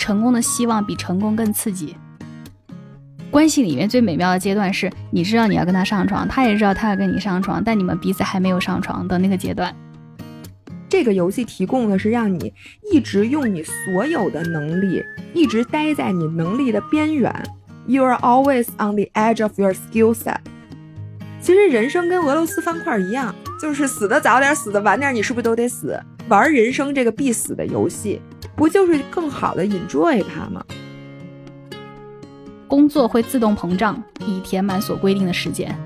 成功的希望比成功更刺激。关系里面最美妙的阶段是你知道你要跟他上床，他也知道他要跟你上床，但你们彼此还没有上床的那个阶段。 这个游戏提供的是让你一直用你所有的能力，一直待在你能力的边缘。You are always on the edge of your skill set。 其实人生跟俄罗斯方块一样，就是死得早点死得晚点，你是不是都得死？玩人生这个必死的游戏，不就是更好的 enjoy 它吗？ 工作会自动膨胀，以填满所规定的时间。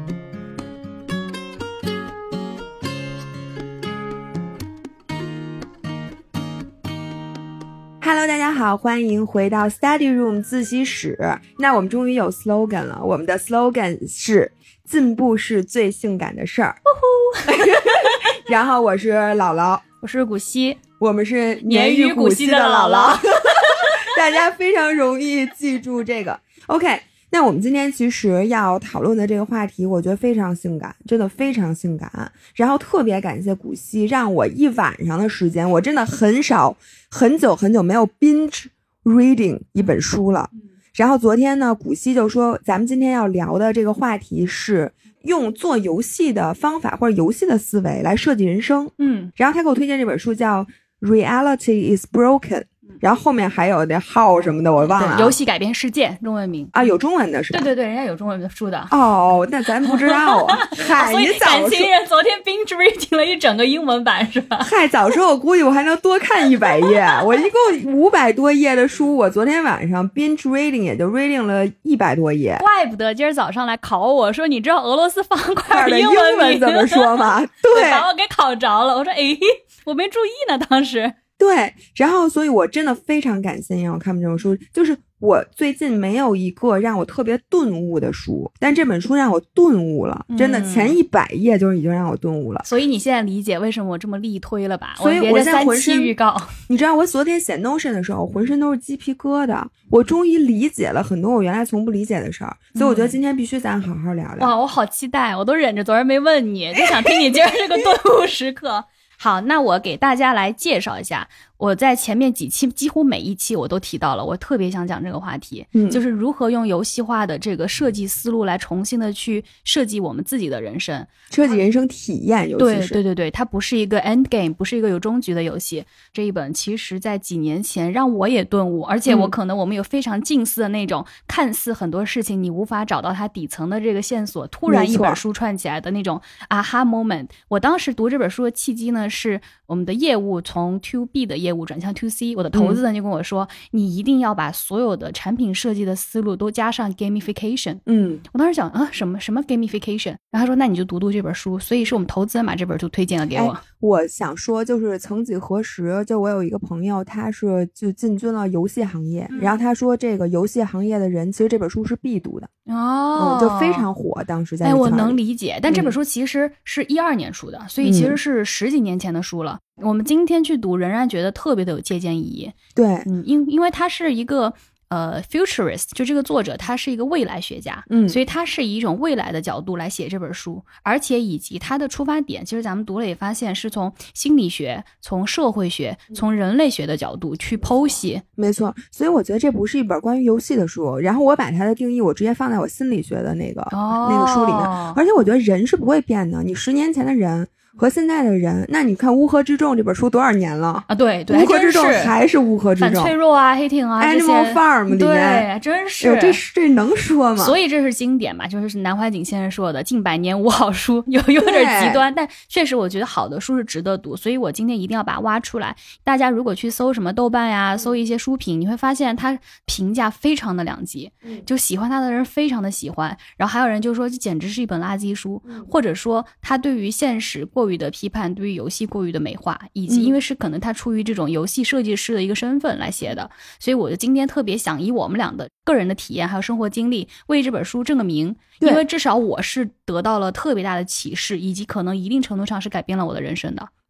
Hello， 大家好，欢迎回到 Study Room 自习室。那我们终于有 slogan 了，我们的 slogan 是进步是最性感的事儿。然后我是姥姥， 我是古希， 我们是年逾古稀的姥姥。大家非常容易记住这个。OK， 那我们今天其实要讨论的这个话题，我觉得非常性感，真的非常性感。然后特别感谢古希，让我一晚上的时间，我真的很久没有 binge reading 一本书了。然后昨天呢，古希就说咱们今天要聊的这个话题是用做游戏的方法或者游戏的思维来设计人生。然后他给我推荐这本书叫 Reality is Broken，然后后面还有那号什么的我忘了。 游戏改变世界中文名啊，有中文的是吧？ 对，人家有中文的书的。 哦，那咱不知道啊。嗨， 所以感情人昨天 binge reading 了一整个英文版是吧？ 嗨，早说我估计我还能多看100页。我一共500多页的书，我昨天晚上 binge reading 也就 reading 了100多页。 怪不得今儿早上来考我说你知道俄罗斯方块的英文怎么说吗？对， 把我给考着了。我说诶，我没注意呢当时。 对，然后所以我真的非常感谢让我看这本书，就是我最近没有一个让我特别顿悟的书，但这本书让我顿悟了，真的前100页就已经让我顿悟了。 所以你现在理解为什么我这么力推了吧？ 所以我现在浑身预告， 你知道我昨天写 Notion 的时候，我浑身都是鸡皮疙瘩，我终于理解了很多我原来从不理解的事儿，所以我觉得今天必须咱好好聊聊。 哇，我好期待，我都忍着昨儿没问你，就想听你今儿这个顿悟时刻。好，那我给大家来介绍一下，我在前面几期几乎每一期我都提到了，我特别想讲这个话题，就是如何用游戏化的这个设计思路来重新的去设计我们自己的人生， 设计人生体验游戏。 对，它不是一个 end game， 不是一个有终局的游戏。这一本其实在几年前让我也顿悟，而且我们有非常近似的那种看似很多事情你无法找到它底层的这个线索，突然一本书串起来的那种 aha moment。 我当时读这本书的契机呢，是我们的业务从 to B 的业务转向 to C， 我的投资人就跟我说，你一定要把所有的产品设计的思路都加上 gamification。我当时想什么 gamification， 然后他说那你就读这本书，所以是我们投资人把这本书推荐了给我。 我想说就是曾几何时，就我有一个朋友，他是就进军了游戏行业，然后他说这个游戏行业的人其实这本书是必读的就非常火，当时在我能理解，但这本书其实是12年出的，所以其实是10几年前的书了。我们今天去读仍然觉得特别的有借鉴意义。 对， 因为它是一个futurist， 就这个作者他是一个未来学家，所以他是以一种未来的角度来写这本书，而且以及他的出发点，其实咱们读了也发现是从心理学、从社会学、从人类学的角度去剖析。 没错，所以我觉得这不是一本关于游戏的书，然后我把它的定义我直接放在我心理学的那个书里面，而且我觉得人是不会变的，你10年前的人和现在的人，那你看《乌合之众》这本书多少年了啊？对， 乌合之众还是乌合之众， 反脆弱啊、黑挺啊 ，Animal Farm 里面， 对，真是这能说吗？ 所以这是经典嘛，就是南怀瑾先生说的近百年无好书，有点极端，但确实我觉得好的书是值得读，所以我今天一定要把它挖出来。大家如果去搜什么豆瓣呀，搜一些书评，你会发现它评价非常的两极，就喜欢它的人非常的喜欢，然后还有人就说这简直是一本垃圾书，或者说他对于现实过于的批判，对于游戏过于的美化，以及因为是可能他出于这种游戏设计师的一个身份来写的，所以我就今天特别想以我们俩的个人的体验还有生活经历为这本书正个名，因为至少我是得到了特别大的启示，以及可能一定程度上是改变了我的人生的。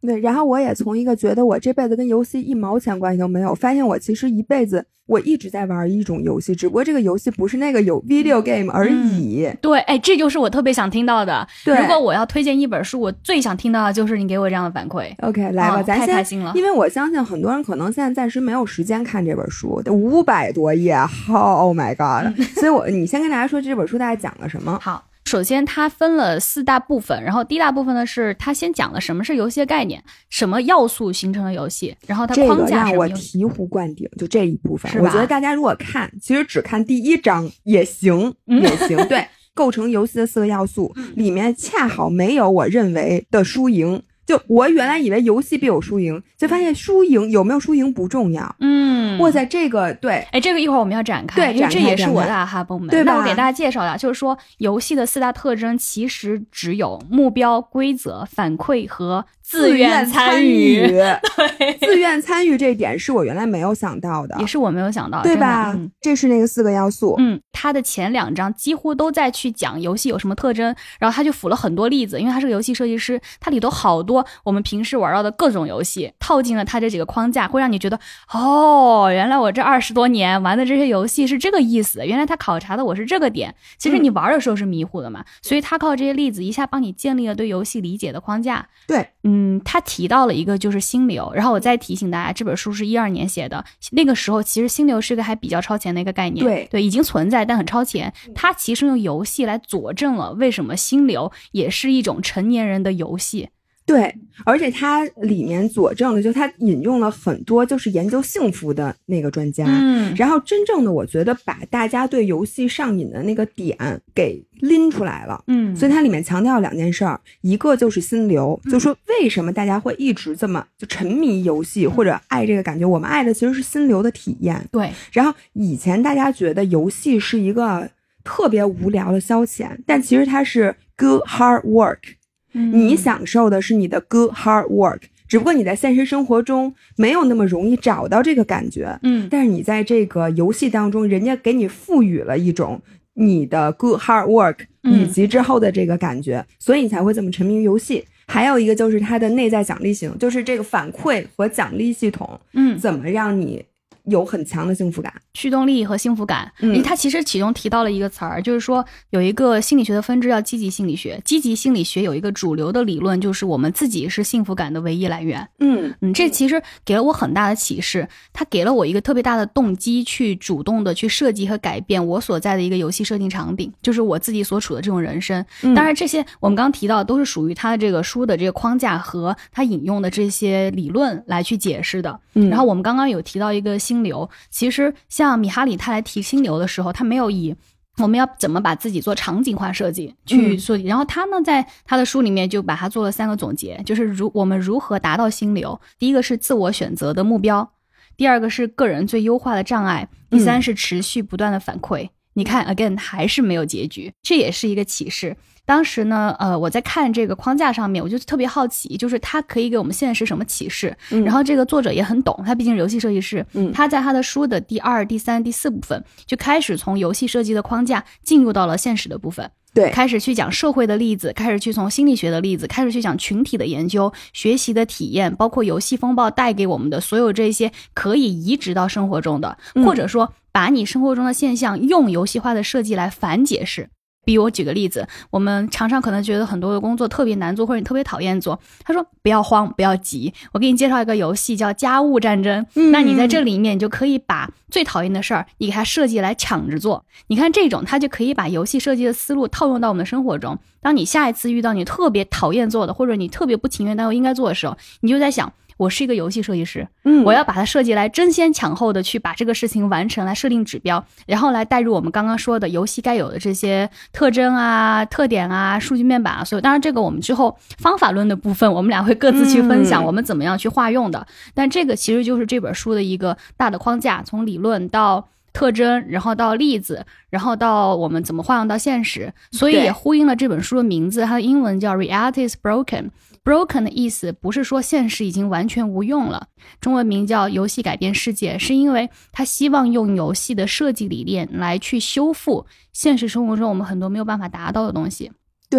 对，然后我也从一个觉得我这辈子跟游戏一毛钱关系都没有，发现我其实一辈子我一直在玩一种游戏，只不过这个游戏不是那个有 video game 而已。 对，哎，这就是我特别想听到的。 对， 如果我要推荐一本书，我最想听到的就是你给我这样的反馈。 OK， 来吧，咱太开心了。 因为我相信很多人可能现在暂时没有时间看这本书，500多页，Oh my god！所以你先跟大家说这本书大概讲了什么。 好。首先它分了4大部分，然后第一大部分呢是它先讲了什么是游戏的概念，什么要素形成了游戏，然后它框架这个让我醍醐灌顶，就这一部分我觉得大家如果看其实只看第1章也行，也行对，构成游戏的4个要素里面恰好没有我认为的输赢，就我原来以为游戏必有输赢，就发现输赢有没有输赢不重要。哇塞，这个对， 哎，这个一会儿我们要展开， 对， 因为这也是我的啊哈崩门。 对吧？ 那我给大家介绍一下，就是说游戏的4大特征其实只有目标、规则、反馈和自愿参与。 对，自愿参与这点是我原来没有想到的， 也是我没有想到， 对吧？这是那个4个要素。 它的前2章几乎都在去讲游戏有什么特征，然后他就辅了很多例子，因为他是个游戏设计师，他里头好多我们平时玩到的各种游戏套进了他这几个框架，会让你觉得原来我这20多年玩的这些游戏是这个意思，原来他考察的我是这个点。其实你玩的时候是迷糊的嘛，所以他靠这些例子一下帮你建立了对游戏理解的框架。 对， 他提到了一个就是心流，然后我再提醒大家，这本书是12年写的，那个时候其实心流是个还比较超前的一个概念，对，已经存在但很超前。他其实用游戏来佐证了为什么心流也是一种成年人的游戏。 对，而且它里面佐证了，就他引用了很多就是研究幸福的那个专家，然后真正的我觉得把大家对游戏上瘾的那个点给拎出来了。所以它里面强调2件事儿，一个就是心流，就说为什么大家会一直这么就沉迷游戏或者爱这个感觉，我们爱的其实是心流的体验。 对， 然后以前大家觉得游戏是一个特别无聊的消遣，但其实它是 good hard work。你享受的是你的 good hard work， 只不过你在现实生活中没有那么容易找到这个感觉。但是你在这个游戏当中，人家给你赋予了一种你的 good hard work 以及之后的这个感觉，所以你才会这么沉迷于游戏。还有一个就是它的内在奖励性，就是这个反馈和奖励系统，怎么让你有很强的幸福感、 驱动力和幸福感。他其实其中提到了一个词儿，就是说有一个心理学的分支叫积极心理学。积极心理学有一个主流的理论，就是我们自己是幸福感的唯一来源。这其实给了我很大的启示，它给了我一个特别大的动机，去主动的去设计和改变我所在的一个游戏设定场景，就是我自己所处的这种人生。当然这些我们刚刚提到都是属于他的这个书的这个框架和他引用的这些理论来去解释的。然后我们刚刚有提到一个心流，其实像米哈里他来提心流的时候，他没有以我们要怎么把自己做场景化设计去设计，然后他呢在他的书里面就把它做了3个总结，就是我们如何达到心流。第一个是自我选择的目标，第2个是个人最优化的障碍，第3是持续不断的反馈。你看 again 还是没有结局，这也是一个启示。当时呢我在看这个框架上面，我就特别好奇，就是他可以给我们现实什么启示。然后这个作者也很懂，他毕竟是游戏设计师，他在他的书的第2、第3、第4部分就开始从游戏设计的框架进入到了现实的部分。 对， 开始去讲社会的例子，开始去从心理学的例子，开始去讲群体的研究、学习的体验，包括游戏风暴带给我们的所有这些可以移植到生活中的，或者说把你生活中的现象用游戏化的设计来反解释。比如我举个例子，我们常常可能觉得很多的工作特别难做，或者你特别讨厌做，他说不要慌，不要急，我给你介绍一个游戏叫家务战争。那你在这里面就可以把最讨厌的事儿你给它设计来抢着做。你看这种他就可以把游戏设计的思路套用到我们的生活中。当你下一次遇到你特别讨厌做的，或者你特别不情愿但又应该做的时候，你就在想，我是一个游戏设计师，我要把它设计来争先抢后的去把这个事情完成，来设定指标，然后来带入我们刚刚说的游戏该有的这些特征啊、特点啊、数据面板啊，所以当然这个我们之后方法论的部分我们俩会各自去分享我们怎么样去化用的。但这个其实就是这本书的一个大的框架，从理论到特征，然后到例子，然后到我们怎么化用到现实，所以也呼应了这本书的名字，它的英文叫 Reality is Broken。Broken 的意思不是说现实已经完全无用了，中文名叫游戏改变世界，是因为他希望用游戏的设计理念来去修复现实生活中我们很多没有办法达到的东西。 对，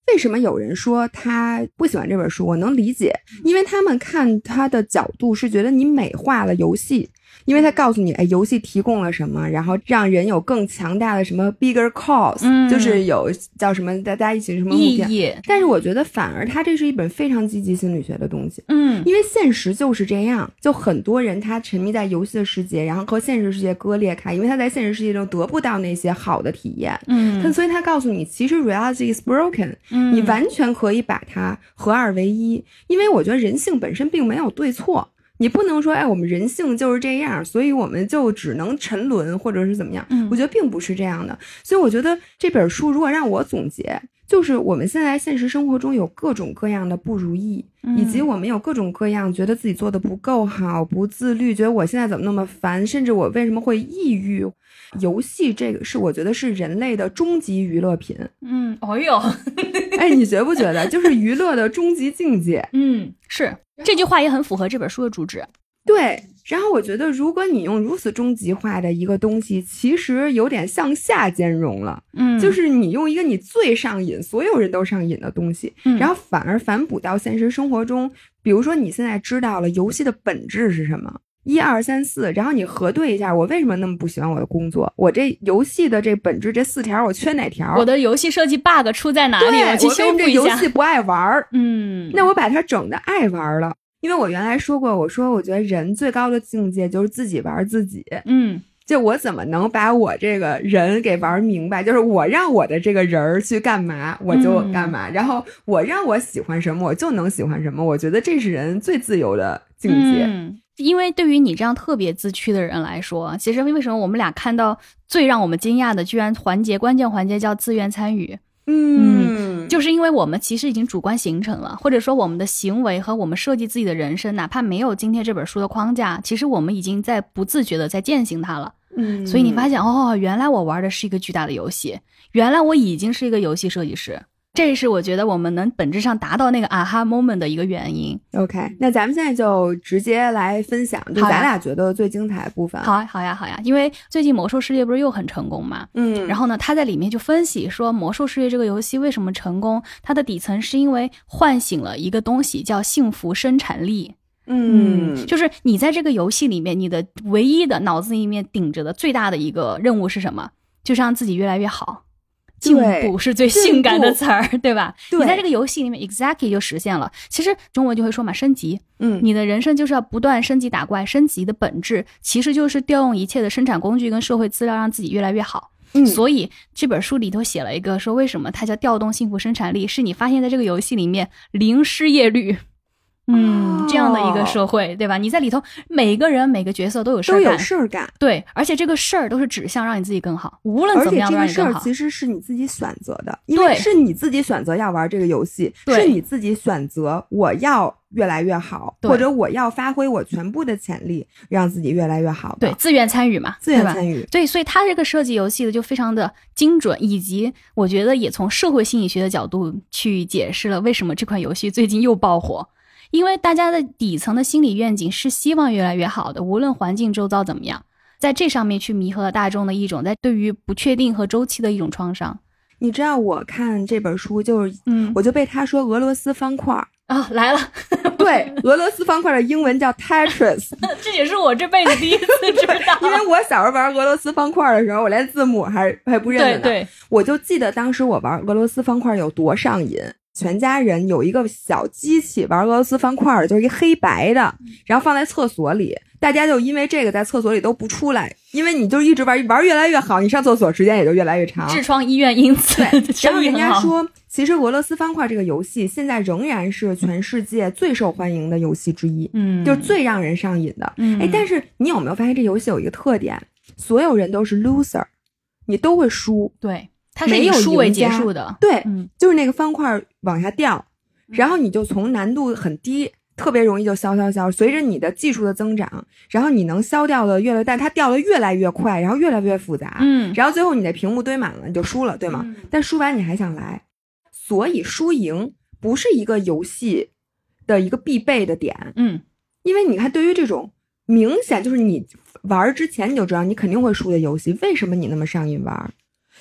为什么有人说他不喜欢这本书？我能理解，因为他们看他的角度是觉得你美化了游戏。因为他告诉你，哎，游戏提供了什么，然后让人有更强大的什么 bigger cause，就是有叫什么大家一起什么目标。 意义。 但是我觉得反而它这是一本非常积极心理学的东西。因为现实就是这样，就很多人他沉迷在游戏的世界，然后和现实世界割裂开，因为他在现实世界中得不到那些好的体验。所以他告诉你，其实 reality is broken，你完全可以把它合二为一，因为我觉得人性本身并没有对错。你不能说，哎，我们人性就是这样，所以我们就只能沉沦，或者是怎么样？我觉得并不是这样的。所以我觉得这本书如果让我总结，就是我们现在现实生活中有各种各样的不如意，以及我们有各种各样觉得自己做的不够好、不自律，觉得我现在怎么那么烦，甚至我为什么会抑郁。游戏这个是我觉得是人类的终极娱乐品。 哦哟， 哎，你觉不觉得就是娱乐的终极境界？ 是，这句话也很符合这本书的主旨。 对，然后我觉得如果你用如此终极化的一个东西，其实有点向下兼容了。就是你用一个你最上瘾，所有人都上瘾的东西，然后反而反哺到现实生活中。比如说你现在知道了游戏的本质是什么，1、2、3、4，然后你核对一下，我为什么那么不喜欢我的工作？我这游戏的这本质这4条我缺哪条？ 我的游戏设计 bug 出在哪里？我去修复一下。我为什么这游戏不爱玩？那我把它整的爱玩了。因为我原来说过，我说我觉得人最高的境界就是自己玩自己。就我怎么能把我这个人给玩明白？就是我让我的这个人去干嘛，我就干嘛，然后我让我喜欢什么，我就能喜欢什么。我觉得这是人最自由的境界。 因为对于你这样特别自驱的人来说，其实为什么我们俩看到最让我们惊讶的居然关键环节叫自愿参与。就是因为我们其实已经主观形成了，或者说我们的行为和我们设计自己的人生，哪怕没有今天这本书的框架，其实我们已经在不自觉的在践行它了。所以你发现原来我玩的是一个巨大的游戏，原来我已经是一个游戏设计师。这是我觉得我们能本质上达到那个 aha moment 的一个原因。 OK， 那咱们现在就直接来分享，就咱俩觉得最精彩的部分。 好呀，因为最近魔兽世界不是又很成功嘛，然后呢，他在里面就分析说魔兽世界这个游戏为什么成功，它的底层是因为唤醒了一个东西叫幸福生产力。就是你在这个游戏里面，你的唯一的脑子里面顶着的最大的一个任务是什么？就是让自己越来越好。进步是最性感的词儿，对吧？你在这个游戏里面 exactly 就实现了。其实中文就会说嘛，升级。你的人生就是要不断升级打怪，升级的本质其实就是调用一切的生产工具跟社会资料，让自己越来越好。所以这本书里头写了一个说，为什么它叫调动幸福生产力，是你发现在这个游戏里面零失业率。这样的一个社会，对吧？你在里头每个人每个角色都有事儿干，对，而且这个事儿都是指向让你自己更好，无论怎么样都让你更好。而且这个事儿其实是你自己选择的，因为是你自己选择要玩这个游戏，是你自己选择我要越来越好，或者我要发挥我全部的潜力，让自己越来越好的。 对，自愿参与嘛， 自愿参与。 对，所以他这个设计游戏的就非常的精准，以及我觉得也从社会心理学的角度去解释了为什么这款游戏最近又爆火。因为大家的底层的心理愿景是希望越来越好的，无论环境周遭怎么样，在这上面去弥合了大众的一种在对于不确定和周期的一种创伤。 你知道我看这本书就是我就被他说俄罗斯方块来了。 对，俄罗斯方块的英文叫 Tetris。 这也是我这辈子第一次知道。 因为我小时候玩俄罗斯方块的时候，我连字母还不认得呢。 对， 我就记得当时我玩俄罗斯方块有多上瘾，全家人有一个小机器玩俄罗斯方块的，就是一黑白的，然后放在厕所里，大家就因为这个在厕所里都不出来，因为你就一直玩越来越好，你上厕所时间也就越来越长， 痔疮医院因此。 然后人家说其实俄罗斯方块这个游戏现在仍然是全世界最受欢迎的游戏之一，就是最让人上瘾的。但是你有没有发现这游戏有一个特点，所有人都是 loser， 你都会输。 对，它是以输为结束的。 对，就是那个方块往下掉，然后你就从难度很低特别容易就消，随着你的技术的增长，然后你能消掉的越来越大，它掉的越来越快，然后越来越复杂，然后最后你的屏幕堆满了，你就输了，对吗？但输完你还想来，所以输赢不是一个游戏的一个必备的点。因为你看，对于这种明显就是你玩之前你就知道你肯定会输的游戏，为什么你那么上瘾玩？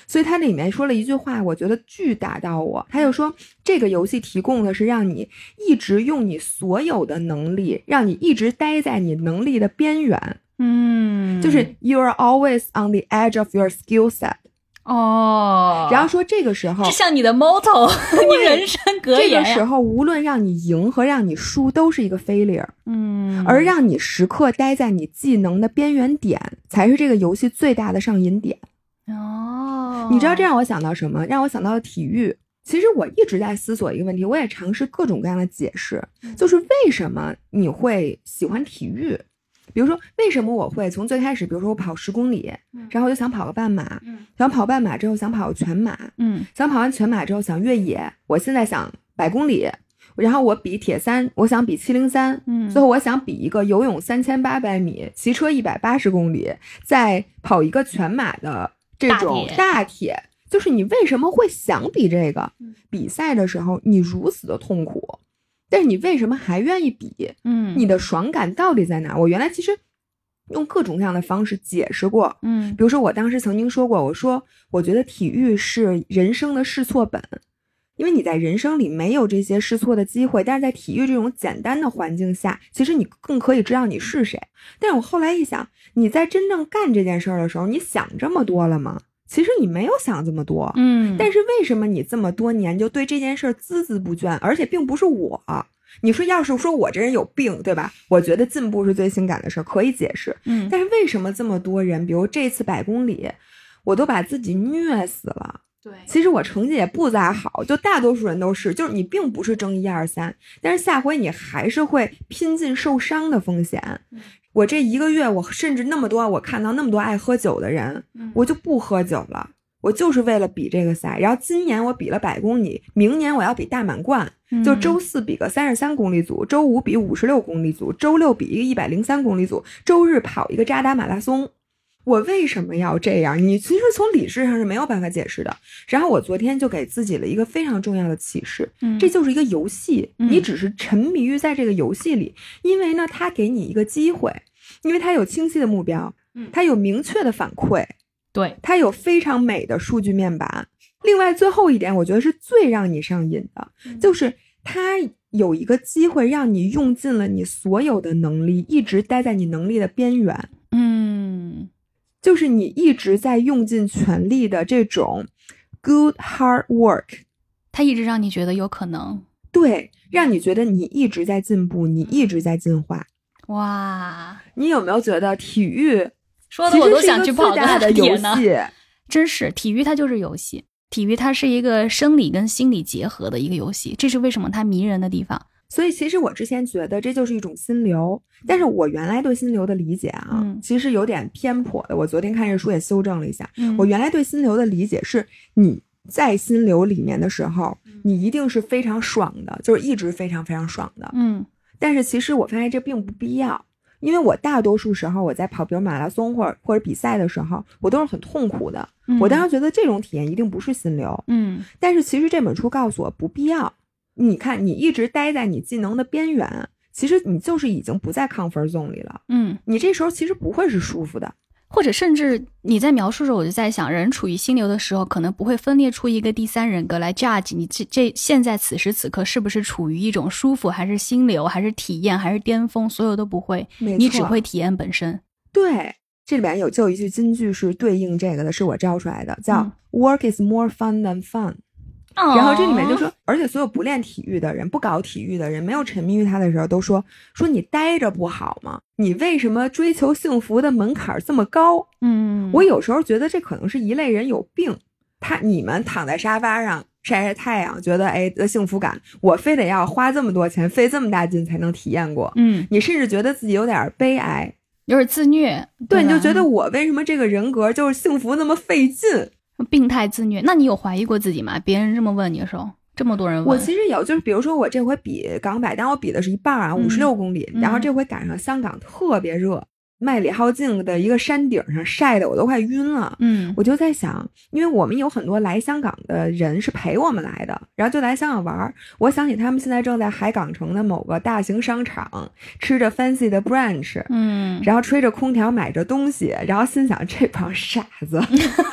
所以它里面说了一句话，我觉得巨打到我。他就说，这个游戏提供的是让你一直用你所有的能力，让你一直待在你能力的边缘。就是 you are always on the edge of your skill set。然后说这个时候， 这像你的 motto， 你人生格言。 这个时候，无论让你赢和让你输，都是一个 failure。而让你时刻待在你技能的边缘点，才是这个游戏最大的上瘾点。你知道这让我想到什么？让我想到了体育。其实我一直在思索一个问题，我也尝试各种各样的解释，就是为什么你会喜欢体育？比如说，为什么我会从最开始，比如说我跑10公里，然后我就想跑个半马，想跑半马之后想跑个全马，想跑完全马之后想越野，我现在想100公里，然后我比铁三，我想比703，最后我想比一个游泳3800米，骑车180公里，再跑一个全马的这种大铁。就是你为什么会想比这个？比赛的时候你如此的痛苦，但是你为什么还愿意比？你的爽感到底在哪？我原来其实用各种各样的方式解释过。比如说我当时曾经说过，我说我觉得体育是人生的试错本，因为你在人生里没有这些试错的机会，但是在体育这种简单的环境下，其实你更可以知道你是谁。但是我后来一想，你在真正干这件事的时候，你想这么多了吗？其实你没有想这么多，但是为什么你这么多年就对这件事孜孜不倦？而且并不是我，你说要是说我这人有病，对吧？我觉得进步是最性感的事，可以解释。但是为什么这么多人，比如这次100公里，我都把自己虐死了？对，其实我成绩也不咋好，就大多数人都是，就是你并不是争1、2、3，但是下回你还是会拼尽受伤的风险。我这1个月，我甚至我看到那么多爱喝酒的人，我就不喝酒了，我就是为了比这个赛。然后今年我比了100公里，明年我要比大满贯，就周4比个33公里组，周5比56公里组，周6比一个103公里组，周日跑一个扎达马拉松。我为什么要这样？你其实从理智上是没有办法解释的。然后我昨天就给自己了一个非常重要的启示，这就是一个游戏，你只是沉迷于在这个游戏里，因为呢，它给你一个机会，因为它有清晰的目标，它有明确的反馈， 对， 它有非常美的数据面板。另外，最后一点，我觉得是最让你上瘾的，就是它有一个机会让你用尽了你所有的能力，一直待在你能力的边缘。就是你一直在用尽全力的这种 good hard work， 它一直让你觉得有可能， 对，让你觉得你一直在进步，你一直在进化。 哇， 你有没有觉得体育说的我都想去跑的游戏？ 真是，体育它就是游戏，体育它是一个生理跟心理结合的一个游戏，这是为什么它迷人的地方。 所以其实我之前觉得这就是一种心流，但是我原来对心流的理解其实有点偏颇的。我昨天看这书也修正了一下，我原来对心流的理解是，你在心流里面的时候，你一定是非常爽的，就是一直非常非常爽的。但是其实我发现这并不必要，因为我大多数时候我在跑比如马拉松或者比赛的时候，我都是很痛苦的。我当时觉得这种体验一定不是心流。但是其实这本书告诉我不必要。你看，你一直待在你技能的边缘，其实你就是已经不在 comfort zone 里了。你这时候其实不会是舒服的。 或者甚至你在描述的时候，我就在想，人处于心流的时候，可能不会分裂出一个第三人格来 judge 你这现在此时此刻是不是处于一种舒服，还是心流，还是体验，还是巅峰，所有都不会，你只会体验本身。 对，这里边就有一句金句是对应这个的，是我招出来的，叫 work is more fun than fun。然后这里面就说，而且所有不练体育的人，不搞体育的人，没有沉迷于他的时候，都说你待着不好吗？你为什么追求幸福的门槛这么高？我有时候觉得这可能是一类人有病。你们躺在沙发上晒晒太阳，觉得的幸福感，我非得要花这么多钱，费这么大劲才能体验过。你甚至觉得自己有点悲哀， 有点自虐。 对，你就觉得我为什么这个人格就是幸福那么费劲？ 病态自虐。那你有怀疑过自己吗？别人这么问你的时候，这么多人问。 我其实有，就是比如说我这回比港百，但我比的是一半56公里，然后这回赶上香港特别热，麦理浩径的一个山顶上晒的我都快晕了。我就在想，因为我们有很多来香港的人是陪我们来的，然后就来香港玩，我想起他们现在正在海港城的某个大型商场吃着 fancy 的 brunch，然后吹着空调买着东西，然后心想这帮傻子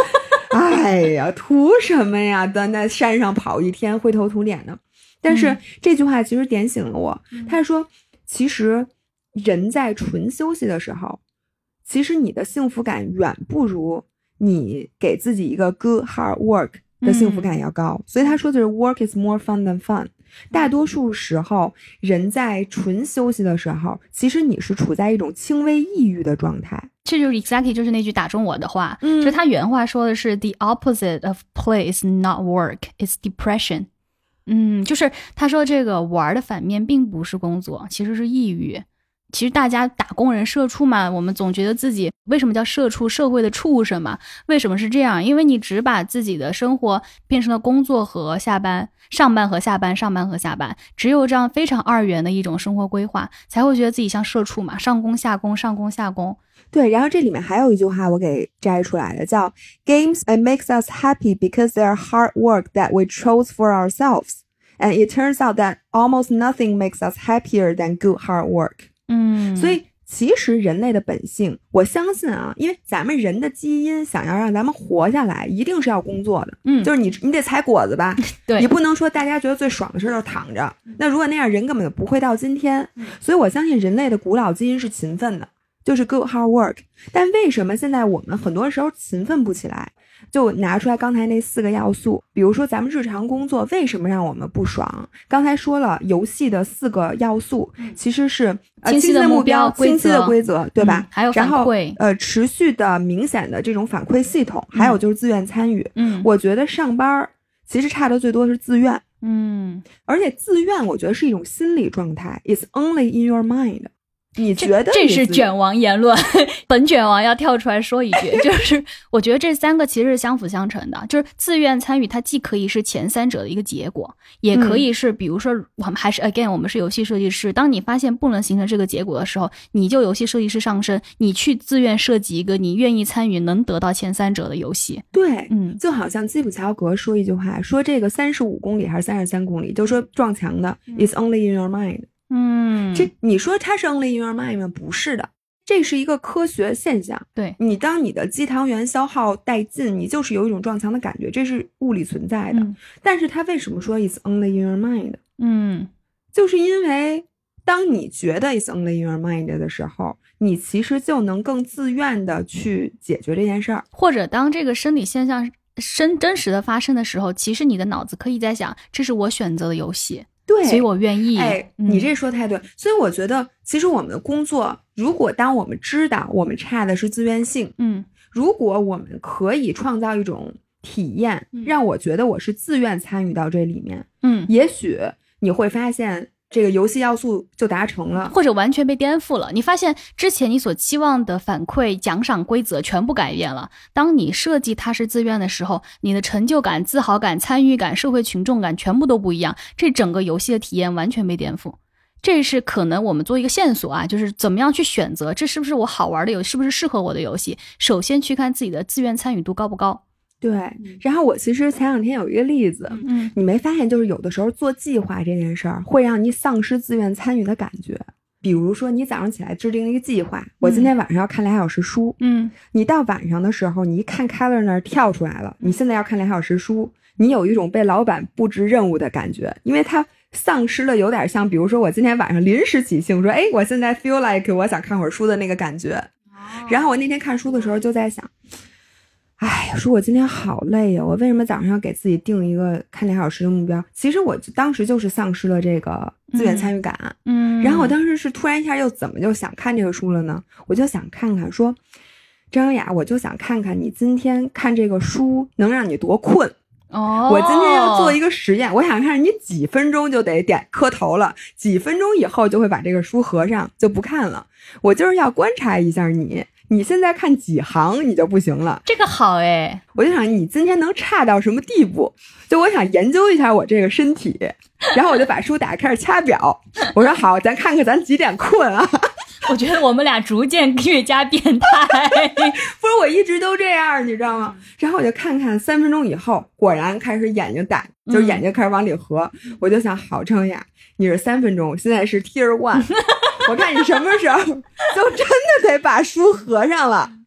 哎呀，图什么呀？在山上跑一天，灰头土脸的。但是这句话其实点醒了我，他说其实人在纯休息的时候，其实你的幸福感远不如你给自己一个 good hard work 的幸福感要高。所以他说的是 work is more fun than fun。大多数时候人在纯休息的时候，其实你是处在一种轻微抑郁的状态。 这就是 exactly 就是那句打中我的话，就他原话说的是 the opposite of play is not work, it's depression。就是他说这个玩的反面并不是工作，其实是抑郁。其实大家打工人社畜嘛，我们总觉得自己为什么叫社畜，社会的畜生嘛？为什么是这样？因为你只把自己的生活变成了工作和下班，上班和下班，上班和下班，只有这样非常二元的一种生活规划，才会觉得自己像社畜嘛，上工下工，上工下工。 对，然后这里面还有一句话我给摘出来的，叫 Games it makes us happy because they are hard work that we chose for ourselves, and it turns out that almost nothing makes us happier than good hard work。所以其实人类的本性，我相信啊，因为咱们人的基因想要让咱们活下来，一定是要工作的。就是你得采果子吧， 对， 你不能说大家觉得最爽的事就是躺着。那如果那样，人根本就不会到今天。所以我相信人类的古老基因是勤奋的，就是 good hard work。但为什么现在我们很多时候勤奋不起来？就拿出来刚才那4个要素，比如说咱们日常工作为什么让我们不爽？刚才说了，游戏的4个要素其实是清晰的目标、 清晰的规则，对吧？ 还有反馈， 然后持续的明显的这种反馈系统，还有就是自愿参与。我觉得上班其实差的最多是自愿。而且自愿我觉得是一种心理状态 ，It's only in your mind。你觉得这是卷王言论本卷王要跳出来说一句，就是我觉得这3个其实是相辅相成的，就是自愿参与它既可以是前3者的一个结果，也可以是比如说我们还是 again 我们是游戏设计师，当你发现不能形成这个结果的时候，你就游戏设计师上身，你去自愿设计一个你愿意参与能得到前3者的游戏。 对，就好像基普乔格说一句话，说这个35公里还是33公里，就说撞墙的 It's only in your mind。这你说它是 only in your mind 吗？不是的，这是一个科学现象。 对， 你当你的肌糖原消耗殆尽，你就是有一种撞墙的感觉，这是物理存在的。但是它为什么说 it's only in your mind？就是因为当你觉得 it's only in your mind 的时候，你其实就能更自愿的去解决这件事儿。 或者当这个生理现象真实的发生的时候，其实你的脑子可以在想，这是我选择的游戏。 对， 所以我愿意。 你这说太对。所以我觉得其实我们的工作，如果当我们知道我们差的是自愿性，如果我们可以创造一种体验，让我觉得我是自愿参与到这里面，也许你会发现这个游戏要素就达成了， 或者完全被颠覆了。你发现之前你所期望的反馈、奖赏规则全部改变了。当你设计它是自愿的时候，你的成就感、自豪感、参与感、社会群众感全部都不一样，这整个游戏的体验完全被颠覆。这是可能我们做一个线索啊，就是怎么样去选择这是不是我好玩的游戏，是不是适合我的游戏。首先去看自己的自愿参与度高不高。 对，然后我其实前2天有一个例子，你没发现就是有的时候做计划这件事儿会让你丧失自愿参与的感觉。比如说你早上起来制定了一个计划，我今天晚上要看2小时书，你到晚上的时候你一看 calendar 跳出来了，你现在要看2小时书，你有一种被老板布置任务的感觉，因为它丧失了有点像比如说我今天晚上临时起兴说我现在 feel like 我想看会儿书的那个感觉。然后我那天看书的时候就在想，说我今天好累呀，我为什么早上要给自己定一个看2小时的目标？其实我当时就是丧失了这个自愿参与感。然后我当时是突然一下又怎么就想看这个书了呢？我就想看看说，张雅，我就想看看你今天看这个书能让你多困。我今天要做一个实验，我想看你几分钟就得点磕头了，几分钟以后就会把这个书合上就不看了。我就是要观察一下你现在看几行你就不行了。 这个好我就想你今天能差到什么地步，就我想研究一下我这个身体。然后我就把书打开始掐表，我说好，咱看看咱几点困啊。 我觉得我们俩逐渐越加变态。 不是，我一直都这样你知道吗？然后我就看看3分钟以后果然开始眼睛打，就是眼睛开始往里合。我就想好，程雅你是3分钟，现在是 Tier 1， 我看你什么时候就真的得把书合上了。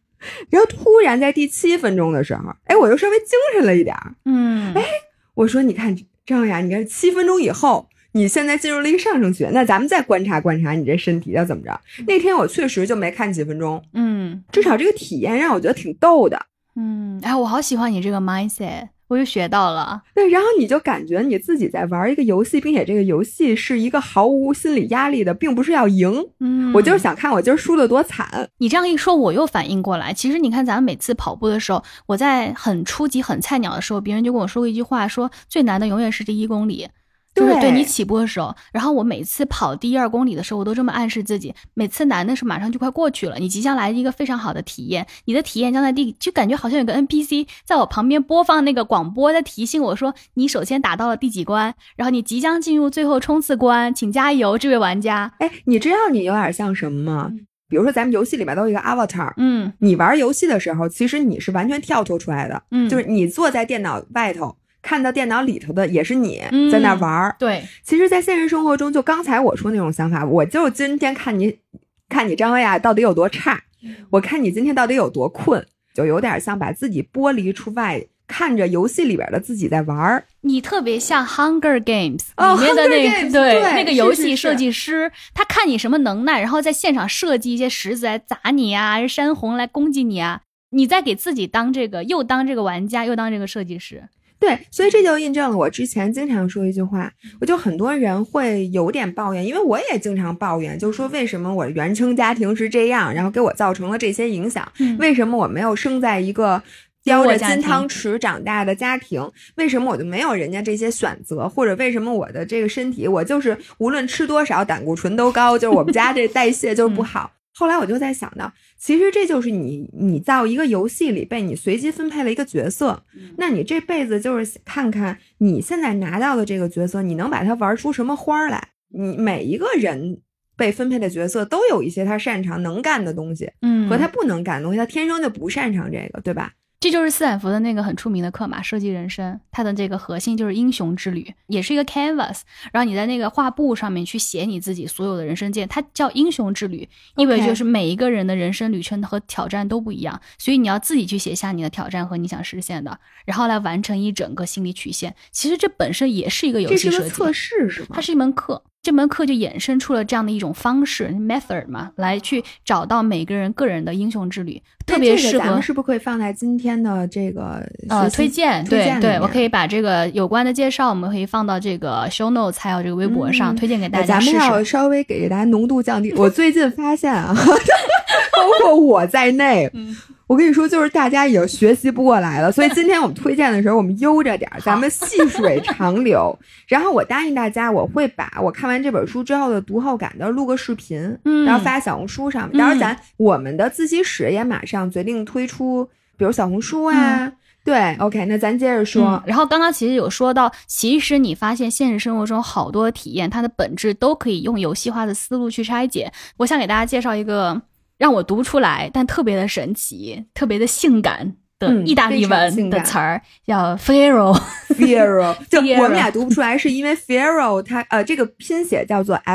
然后突然在第7分钟的时候，哎，我又稍微精神了一点。哎，我说你看张雅，你看7分钟以后你现在进入了一个上升期，那咱们再观察观察你这身体要怎么着。那天我确实就没看几分钟，至少这个体验让我觉得挺逗的。 哎，我好喜欢你这个 mindset， 我又学到了。 对，然后你就感觉你自己在玩一个游戏，并且这个游戏是一个毫无心理压力的，并不是要赢。我就是想看我今儿输得多惨。 你这样一说，我又反应过来。其实你看，咱们每次跑步的时候，我在很初级、很菜鸟的时候，别人就跟我说过一句话，说最难的永远是第1公里。就是对你起步的时候，然后我每次跑第1、2公里的时候，我都这么暗示自己，每次难的时候马上就快过去了，你即将来一个非常好的体验，你的体验将在就感觉好像有个 NPC 在我旁边播放那个广播，在提醒我说你首先打到了第几关，然后你即将进入最后冲刺关，请加油，这位玩家。 哎，你知道你有点像什么吗？比如说咱们游戏里面都有一个 avatar， 你玩游戏的时候，其实你是完全跳脱出来的，就是你坐在电脑外头。看到电脑里头的也是你在那玩。 对， 其实在现实生活中，就刚才我说那种想法，我就今天看你张薇娅到底有多差，我看你今天到底有多困，就有点像把自己剥离出外，看着游戏里边的自己在玩。 你特别像 Hunger Games 里面的那个、对那个游戏设计师，他看你什么能耐，然后在现场设计一些石子来砸你啊，山洪来攻击你啊，你在给自己当这个，又当这个玩家，又当这个设计师。 对，所以这就印证了我之前经常说一句话，我就很多人会有点抱怨，因为我也经常抱怨，就是说为什么我原生家庭是这样，然后给我造成了这些影响，为什么我没有生在一个叼着金汤匙长大的家庭，为什么我就没有人家这些选择，或者为什么我的这个身体，我就是无论吃多少胆固醇都高，就是我们家这代谢就是不好。后来我就在想到，其实这就是你在一个游戏里被你随机分配了一个角色，那你这辈子就是看看你现在拿到的这个角色，你能把它玩出什么花来。你每一个人被分配的角色都有一些他擅长能干的东西，和他不能干的东西，他天生就不擅长这个，对吧？ 这就是斯坦福的那个很出名的课嘛，设计人生，它的这个核心就是英雄之旅，也是一个 canvas， 然后你在那个画布上面去写你自己所有的人生经验，它叫英雄之旅，意味着就是每一个人的人生旅程和挑战都不一样，所以你要自己去写下你的挑战和你想实现的，然后来完成一整个心理曲线。其实这本身也是一个游戏设计， 这是个测试是吗？ 它是一门课，这门课就衍生出了这样的一种方式 method 嘛，来去找到每个人个人的英雄之旅，特别适合。 咱们是不是可以放在今天的这个推荐？对，我可以把这个有关的介绍，我们可以放到这个 show notes 还有这个微博上，推荐给大家试试。 咱们要稍微给大家浓度降低。我最近发现啊，包括我在内。我跟你说，就是大家已经学习不过来了，所以今天我们推荐的时候，我们悠着点，咱们细水长流。然后我答应大家，我会把我看完这本书之后的读后感的录个视频，然后发小红书上面。当然，我们的自习室也马上决定推出，比如小红书啊。对 ，OK， 那咱接着说。 然后刚刚其实有说到，其实你发现现实生活中好多体验，它的本质都可以用游戏化的思路去拆解。我想给大家介绍一个让我读出来但特别的神奇、特别的性感的意大利文的词儿，叫 Fierro。 就我们俩读不出来，是因为 Fierro 它这个拼写叫做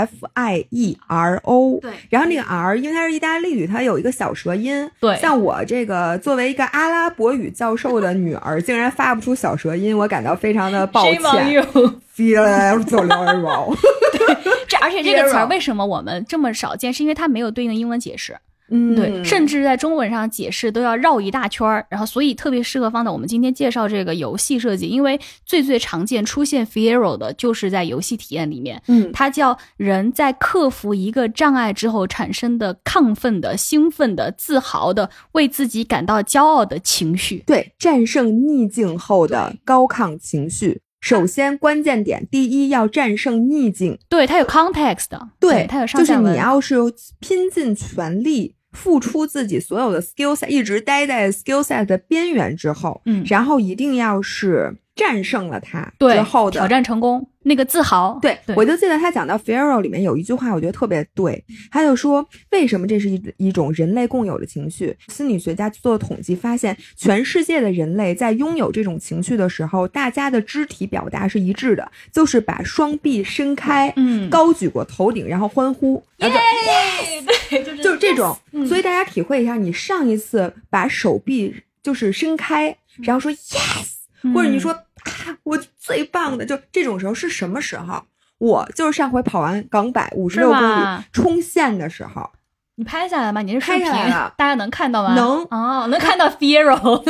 F-I-E-R-O。对，然后那个 R 因为它是意大利语，它有一个小舌音。 对， 像我这个作为一个阿拉伯语教授的女儿，竟然发不出小舌音，我感到非常的抱歉。Fierro。 对，而且这个词儿为什么我们这么少见，是因为它没有对应的英文解释。对，甚至在中文上解释都要绕一大圈儿，然后所以特别适合放到我们今天介绍这个游戏设计，因为最常见出现 Fierro 的就是在游戏体验里面，它叫人在克服一个障碍之后产生的亢奋的、兴奋的、自豪的、为自己感到骄傲的情绪。 对，战胜逆境后的高亢情绪。首先关键点，第一要战胜逆境。 对，它有 context 的。 对， 它有上下文。 就是你要是拼尽全力付出自己所有的 skill set， 一直待在 skill set 的边缘之后，然后一定要是战胜了它之后的挑战成功，那个自豪。 对，我就记得他讲到 Fierro 里面有一句话，我觉得特别对。他就说，为什么这是一种人类共有的情绪？心理学家做统计发现，全世界的人类在拥有这种情绪的时候，大家的肢体表达是一致的，就是把双臂伸开，高举过头顶，然后欢呼， 耶，对， 就是这种所以大家体会一下，你上一次把手臂就是伸开，然后说 yes，或者你说我最棒的，就这种时候是什么时候？我就是上回跑完港百56公里冲线的时候。 你拍下来吗？你是视频， 拍下来了， 大家能看到吗？ 能哦，能看到 Fiero，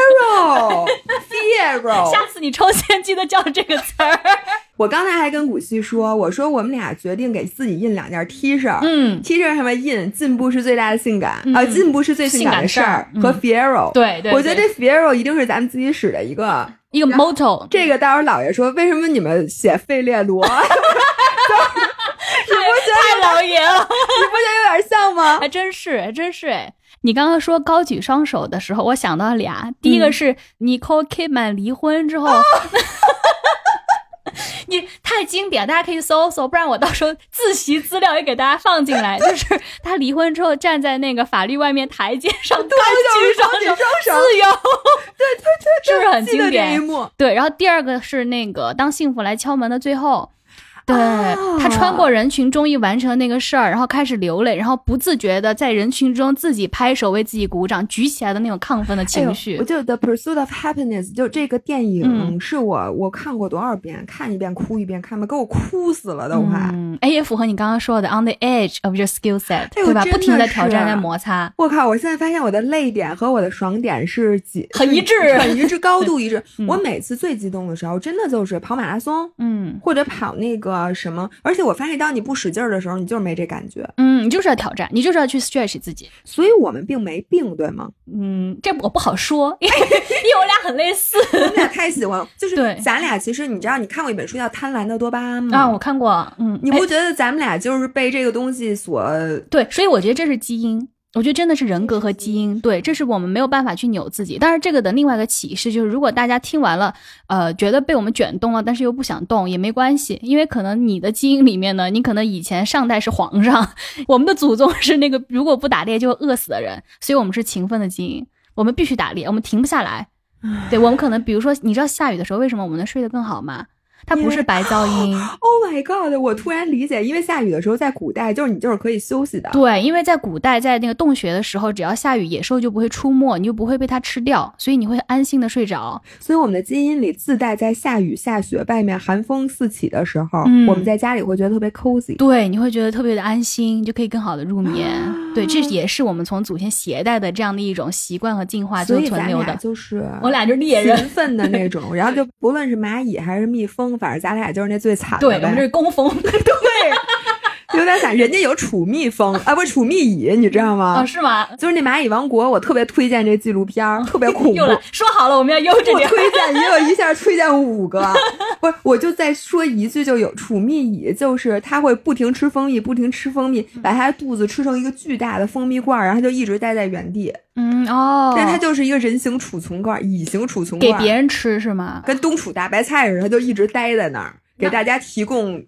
下次你抽签记得叫这个词儿。 我刚才还跟古希说，我说我们俩决定给自己印2件 T 恤，T 恤上面印进步是最大的性感，进步是最性感的事儿和 Fiero， 对， 我觉得这 Fiero 一定是咱们自己使的一个 motto。 这个到时候姥爷说，为什么你们写费列罗？ 太老爷了， 你不觉得有点像吗？ 还真是哎。你刚刚说高举双手的时候，我想到俩，第一个是 Nicole Kidman 离婚之后，你太经典，大家可以搜搜，不然我到时候自习资料也给大家放进来。就是他离婚之后站在那个法律外面台阶上，高举双手，自由， 对， 是不是很经典？ 这一幕。 对，然后第二个是那个当幸福来敲门的最后。对，他穿过人群，终于完成了那个事儿，然后开始流泪，然后不自觉的在人群中自己拍手为自己鼓掌，举起来的那种亢奋的情绪。 我就 The Pursuit of Happiness， 就这个电影是我看过多少遍，看一遍哭一遍，看吧，给我哭死了都快。 也符合你刚刚说的 on the edge of your skill set，对吧？不停的挑战，在摩擦。 我靠！我现在发现我的泪点和我的爽点是很一致， 高度一致。我每次最激动的时候，真的就是跑马拉松，或者跑那个什么，而且我发现当你不使劲儿的时候，你就是没这感觉。 你就是要挑战，你就是要去 stretch 自己。 所以我们并没病，对吗？ 这我不好说，因为我俩很类似。 我们俩太喜欢了，就是咱俩其实你知道，你看过一本书叫《贪婪的多巴胺》吗？ 啊，我看过。 你不觉得咱们俩就是被这个东西所对？所以我觉得这是基因。我觉得真的是人格和基因，对，这是我们没有办法去扭自己。但是这个的另外一个启示就是，如果大家听完了，觉得被我们卷动了，但是又不想动也没关系，因为可能你的基因里面呢，你可能以前上代是皇上，我们的祖宗是那个如果不打猎就会饿死的人，所以我们是勤奋的基因，我们必须打猎，我们停不下来。对，我们可能比如说，你知道下雨的时候为什么我们能睡得更好吗？它不是白噪音。 Oh my god！ 我突然理解，因为下雨的时候在古代就是你就是可以休息的。 对，因为在古代在那个洞穴的时候，只要下雨，野兽就不会出没，你就不会被它吃掉，所以你会安心的睡着。 所以我们的基因里自带在下雨下雪外面寒风四起的时候，我们在家里会觉得特别 cozy。 对，你会觉得特别的安心，你就可以更好的入眠。对，这也是我们从祖先携带的这样的一种习惯和进化就存留的。我俩就是猎人， 勤奋的那种。然后就不论是蚂蚁还是蜜蜂，反正咱俩就是那最惨的。 对，我们这是工蜂。 对，有点惨。人家有储蜜蜂啊，不是储蜜蚁，你知道吗？ 是吗？ 就是那蚂蚁王国，我特别推荐这纪录片，特别恐怖。 说好了，我们要优质点。 我推荐一下推荐5个。不是，我就再说一句，就有储蜜蚁，就是它会不停吃蜂蜜，把它肚子吃成一个巨大的蜂蜜罐，然后它就一直待在原地。但它就是一个人形储存罐，蚁形储存罐， 给别人吃是吗？ 跟冬储大白菜似的，它就一直待在那儿，给大家提供。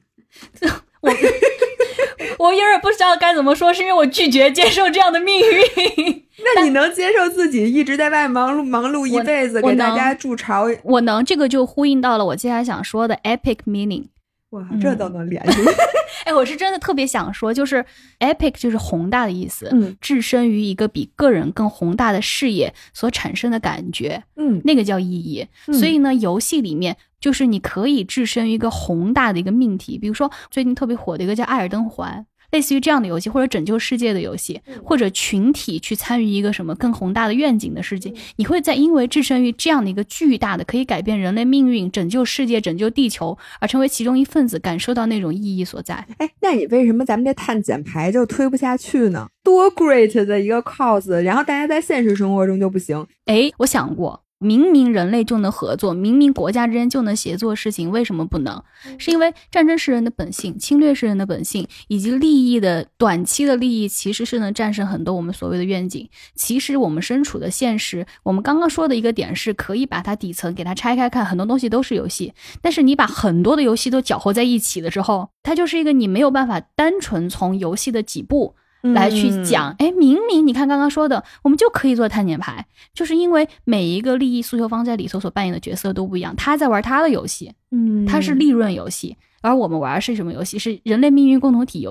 我有点不知道该怎么说，是因为我拒绝接受这样的命运。 那你能接受自己一直在外忙碌一辈子，给大家筑巢？ 我能，这个就呼应到了我接下来想说的 epic meaning。 哇，这都能联系。 我是真的特别想说，就是 epic 就是宏大的意思，置身于一个比个人更宏大的事业所产生的感觉，那个叫意义。所以呢，游戏里面就是你可以置身于一个宏大的一个命题，比如说最近特别火的一个叫《艾尔登环》。类似于这样的游戏，或者拯救世界的游戏，或者群体去参与一个什么更宏大的愿景的事情，你会在因为置身于这样的一个巨大的可以改变人类命运、拯救世界、拯救地球而成为其中一份子，感受到那种意义所在。 那你为什么咱们这碳减排就推不下去呢？多 great 的一个 cause， 然后大家在现实生活中就不行。 我想过，明明人类就能合作，明明国家之间就能协作的事情，为什么不能？是因为战争是人的本性，侵略是人的本性，以及利益的短期的利益其实是能战胜很多我们所谓的愿景。其实我们身处的现实，我们刚刚说的一个点是可以把它底层给它拆开看，很多东西都是游戏，但是你把很多的游戏都搅和在一起的时候，它就是一个你没有办法单纯从游戏的几步来去讲，明明你看刚刚说的，我们就可以做碳减排，就是因为每一个利益诉求方在里头所扮演的角色都不一样，他在玩他的游戏，他是利润游戏，而我们玩的是什么游戏？是人类命运共同体游戏，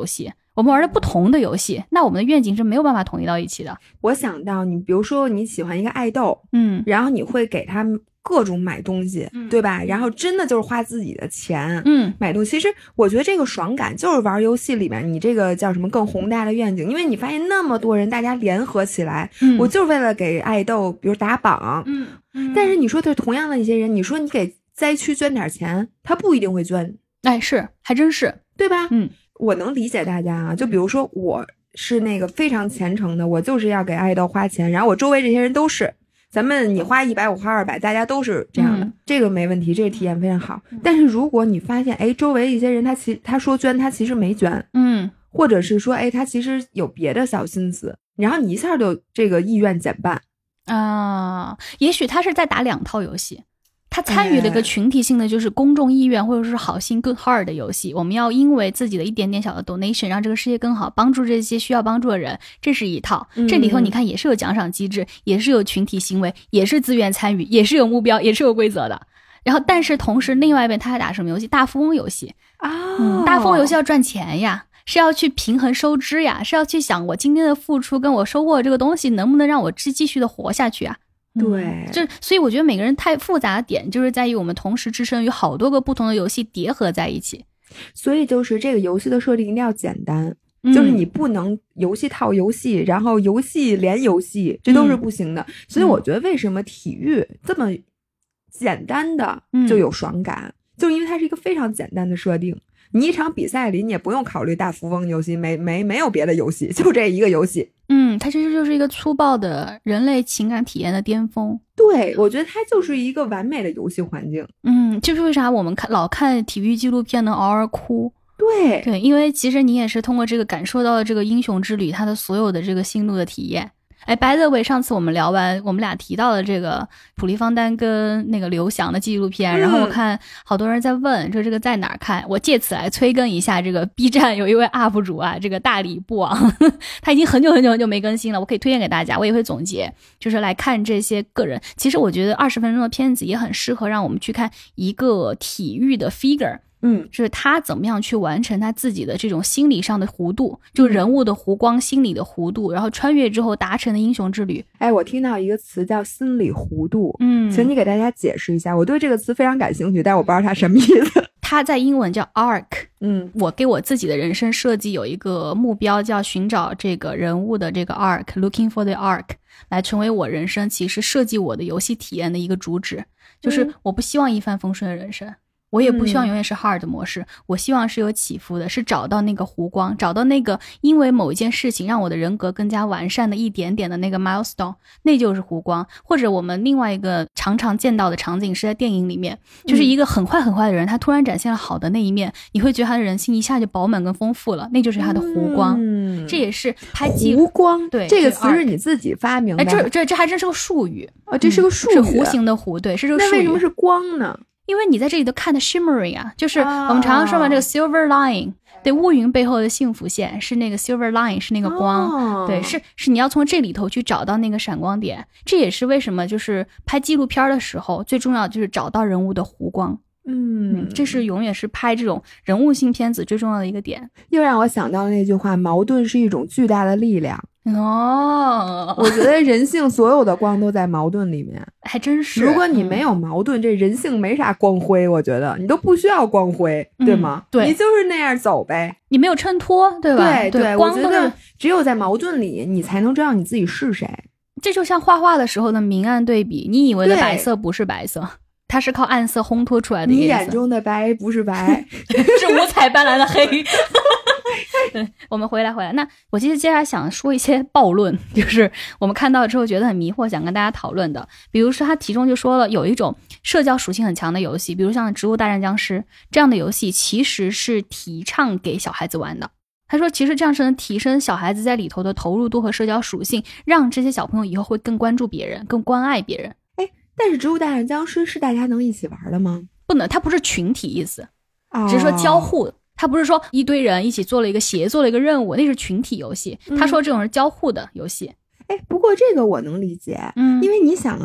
我们玩的不同的游戏，那我们的愿景是没有办法统一到一起的。 我想到你，比如说你喜欢一个爱豆，然后你会给他们各种买东西，对吧？然后真的就是花自己的钱，买东西。其实我觉得这个爽感就是玩游戏里面你这个叫什么更宏大的愿景，因为你发现那么多人大家联合起来，我就是为了给爱豆比如打榜，但是你说的同样的一些人，你说你给灾区捐点钱，他不一定会捐。 哎，是，还真是， 对吧？我能理解大家啊，就比如说我是那个非常虔诚的，我就是要给爱豆花钱，然后我周围这些人都是，咱们你花100我花200，大家都是这样的，这个没问题，这个体验非常好。但是如果你发现哎，周围一些人他说捐，他其实没捐，或者是说哎，他其实有别的小心思，然后你一下就这个意愿减半啊，也许他是在打2套游戏。他参与了一个群体性的，就是公众意愿或者是好心 good heart 的游戏，我们要因为自己的一点点小的 donation 让这个世界更好，帮助这些需要帮助的人，这是一套。这里头你看也是有奖赏机制，也是有群体行为，也是自愿参与，也是有目标，也是有规则的。然后但是同时另外一边他还打什么游戏？大富翁游戏啊，大富翁游戏要赚钱呀，是要去平衡收支呀，是要去想我今天的付出跟我收获的这个东西能不能让我继续的活下去啊。 对， 所以我觉得每个人太复杂的点就是在于我们同时置身于好多个不同的游戏叠合在一起， 所以就是这个游戏的设定一定要简单，就是你不能游戏套游戏，然后游戏连游戏，这都是不行的。所以我觉得为什么体育这么简单的就有爽感，就因为它是一个非常简单的设定。你一场比赛里你也不用考虑大富翁游戏，没有别的游戏，就这一个游戏。 它其实就是一个粗暴的人类情感体验的巅峰。 对，我觉得它就是一个完美的游戏环境。 就是为啥我们老看体育纪录片能嗷嗷哭。对，因为其实你也是通过这个感受到了这个英雄之旅它的所有的这个心路的体验。哎 by the way， 上次我们聊完，我们俩提到了这个普利芳丹跟那个刘翔的纪录片，然后我看好多人在问说这个在哪儿看，我借此来催更一下这个 B 站有一位 UP 主啊，这个大理不王他已经很久没更新了，我可以推荐给大家，我也会总结，就是来看这些个人。其实我觉得20分钟的片子也很适合让我们去看一个体育的 figure，就是他怎么样去完成他自己的这种心理上的弧度，就人物的弧光，心理的弧度，然后穿越之后达成的英雄之旅。 哎，我听到一个词叫心理弧度，请你给大家解释一下，我对这个词非常感兴趣，但我不知道它什么意思。 它在英文叫 arc，我给我自己的人生设计有一个目标，叫寻找这个人物的这个 arc，looking for the arc， 来成为我人生其实设计我的游戏体验的一个主旨，就是我不希望一帆风顺的人生。我也不希望永远是 hard 模式，我希望是有起伏的，是找到那个弧光，找到那个因为某一件事情让我的人格更加完善的一点点的那个 milestone， 那就是弧光。或者我们另外一个常常见到的场景是在电影里面，就是一个很坏的人，他突然展现了好的那一面，你会觉得他的人性一下就饱满跟丰富了，那就是他的弧光。这也是拍弧光， 对， 这个词是你自己发明的。 这还真是个术语啊，这是个术语， 是弧形的弧，对，是这个术语。 那为什么是光呢？ 因为你在这里都看的 shimmering 啊，就是我们常常说嘛，这个 silver line， 对，乌云背后的幸福线是那个 silver line， 是那个光，对，是你要从这里头去找到那个闪光点。这也是为什么就是拍纪录片的时候最重要就是找到人物的弧光。这是永远是拍这种人物性片子最重要的一个点。 又让我想到了那句话，矛盾是一种巨大的力量。我觉得人性所有的光都在矛盾里面， 还真是。 如果你没有矛盾，这人性没啥光辉，我觉得你都不需要光辉，对吗？ 对， 你就是那样走呗， 你没有衬托，对吧？ 对，我觉得只有在矛盾里，你才能知道你自己是谁。 这就像画画的时候的明暗对比，你以为的白色不是白色，它是靠暗色烘托出来的。 你眼中的白不是白， 是五彩斑斓的黑。我们回来，那我其实接下来想说一些暴论，就是我们看到之后觉得很迷惑，想跟大家讨论的。比如说他其中就说了，有一种社交属性很强的游戏，比如像植物大战僵尸这样的游戏，其实是提倡给小孩子玩的。他说其实这样是能提升小孩子在里头的投入度和社交属性，让这些小朋友以后会更关注别人，更关爱别人。 但是植物大战僵尸是大家能一起玩的吗？ 不能，它不是群体意思，只是说交互，它不是说一堆人一起做了一个协作了一个任务，那是群体游戏。他说这种是交互的游戏。 不过这个我能理解，因为你想啊，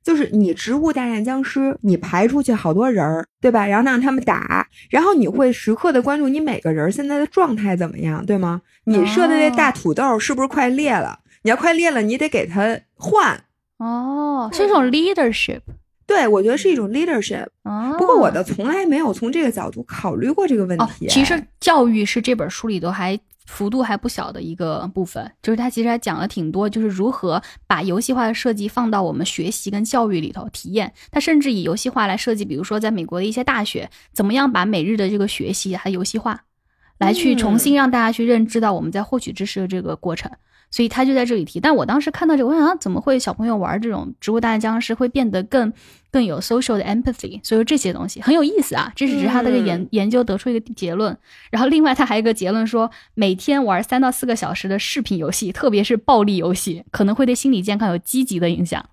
就是你植物大战僵尸，你排出去好多人儿，对吧？然后让他们打，然后你会时刻的关注你每个人现在的状态怎么样，对吗？你设的那大土豆是不是快裂了？你要快裂了，你得给它换。 哦，是一种 leadership。 对，我觉得是一种 leadership。 哦， 不过我从来没有从这个角度考虑过这个问题。 其实教育是这本书里头还幅度还不小的一个部分，就是它其实还讲了挺多，就是如何把游戏化的设计放到我们学习跟教育里头体验。它甚至以游戏化来设计，比如说在美国的一些大学，怎么样把每日的这个学习它游戏化，来去重新让大家去认知到我们在获取知识的这个过程。所以他就在这里提，但我当时看到这个，我想怎么会小朋友玩这种植物大战僵尸会变得更有 social 的 empathy， 所以这些东西很有意思啊，这只是他这个研究得出一个结论。然后另外他还有一个结论说，每天玩3到4个小时的视频游戏，特别是暴力游戏，可能会对心理健康有积极的影响。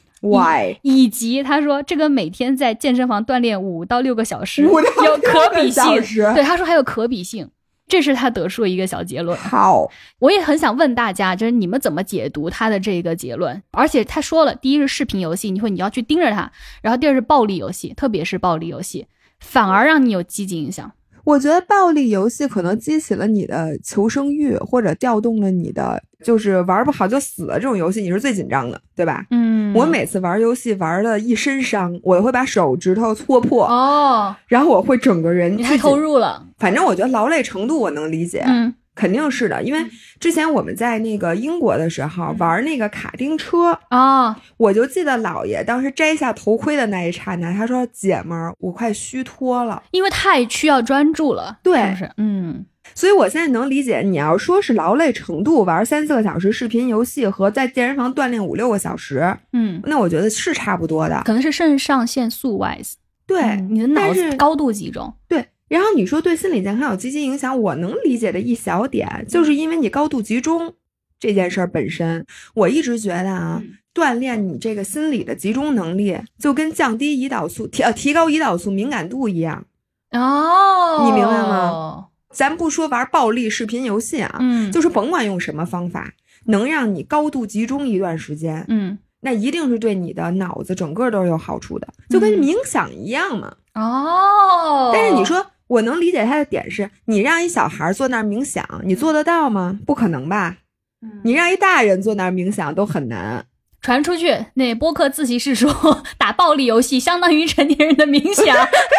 Why？ 以及他说这个每天在健身房锻炼5到6个小时有可比性，对，他说还有可比性。这是他得出的一个小结论。 好， 我也很想问大家，就是你们怎么解读他的这个结论？而且他说了，第一是视频游戏，你要去盯着它；然后第二是暴力游戏，特别是暴力游戏，反而让你有积极影响。 我觉得暴力游戏可能激起了你的求生欲，或者调动了你的，就是玩不好就死了这种游戏，你是最紧张的，对吧？我每次玩游戏玩的一身伤，我会把手指头戳破然后我会整个人你太投入了。 反正我觉得劳累程度我能理解，肯定是的，因为之前我们在那个英国的时候玩那个卡丁车我就记得姥爷当时摘下头盔的那一刹那，他说：“姐们儿，我快虚脱了， 因为太需要专注了。” 对， 是不是？ 所以我现在能理解，你要说是劳累程度，玩3-4个小时视频游戏和在健身房锻炼5-6个小时，那我觉得是差不多的， 可能是肾上腺素 wise， 对， 你的脑子高度集中， 对。然后你说对心理健康有积极影响，我能理解的一小点，就是因为你高度集中这件事儿本身，我一直觉得锻炼你这个心理的集中能力，就跟降低胰岛素提高胰岛素敏感度一样。你明白吗？咱不说玩暴力视频游戏啊，就是甭管用什么方法，能让你高度集中一段时间，那一定是对你的脑子整个都是有好处的，就跟冥想一样嘛。但是你说我能理解他的点是，你让一小孩坐那儿冥想，你做得到吗？不可能吧。你让一大人坐那儿冥想都很难。 传出去，那播客自习室说打暴力游戏相当于成年人的冥想。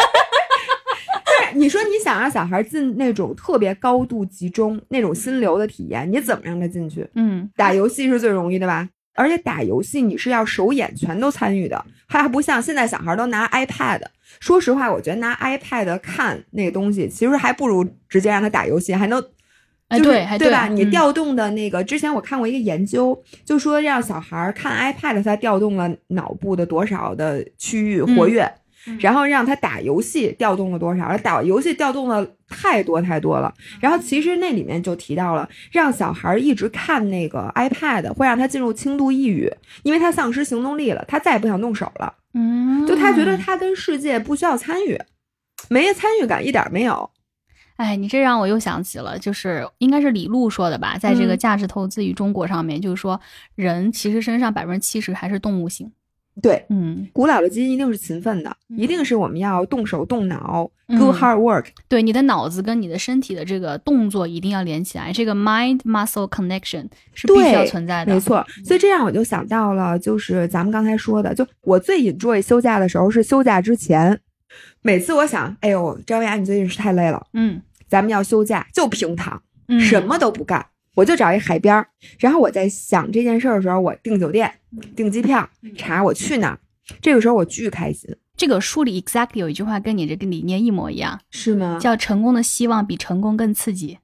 你说你想让小孩进那种特别高度集中那种心流的体验，你怎么让他进去？打游戏是最容易的吧？而且打游戏你是要手眼全都参与的，还不像现在小孩都拿 iPad。说实话，我觉得拿 iPad 看那个东西，其实还不如直接让他打游戏，还能对吧？你调动的那个，之前我看过一个研究，就说让小孩看 iPad， 它调动了脑部的多少的区域活跃。然后让他打游戏调动了多少，打游戏调动了太多了。然后其实那里面就提到了，让小孩一直看那个 iPad 会让他进入轻度抑郁，因为他丧失行动力了，他再也不想动手了。就他觉得他跟世界不需要参与，没参与感，一点没有。 哎，你这让我又想起了，就是应该是李路说的吧，在这个价值投资与中国上面，就是说人其实身上70%还是动物性。 对，古老的基因一定是勤奋的，一定是我们要动手动脑，good hard work。 对，你的脑子跟你的身体的这个动作一定要连起来，这个 mind muscle connection 是必须要存在的。 没错，所以这样我就想到了，就是咱们刚才说的，就我最enjoy休假的时候是休假之前，每次我想，哎呦，张雅，你最近是太累了，咱们要休假就平躺，什么都不干。我就找一海边，然后我在想这件事的时候，我订酒店、订机票、查我去哪儿。这个时候我巨开心。 这个书里 exactly 有一句话跟你这个理念一模一样， 是吗？ 叫成功的希望比成功更刺激。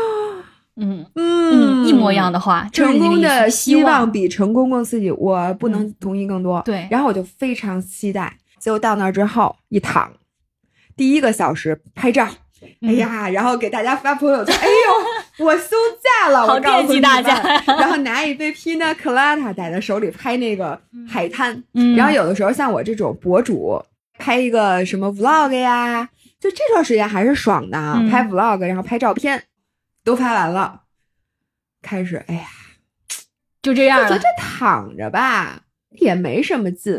一模一样的话， 成功的希望比成功更刺激，我不能同意更多。 对， 然后我就非常期待。结果到那儿之后一躺，第1个小时拍照。哎呀，然后给大家发朋友圈，哎呦，我休假了， 好惦记大家。 然后拿一杯 Pina Colada 戴在手里拍那个海滩。然后有的时候像我这种博主拍一个什么 vlog 呀，就这段时间还是爽的，拍 vlog 然后拍照片都发完了，开始哎呀， 就这样了。 我觉得这躺着吧也没什么劲。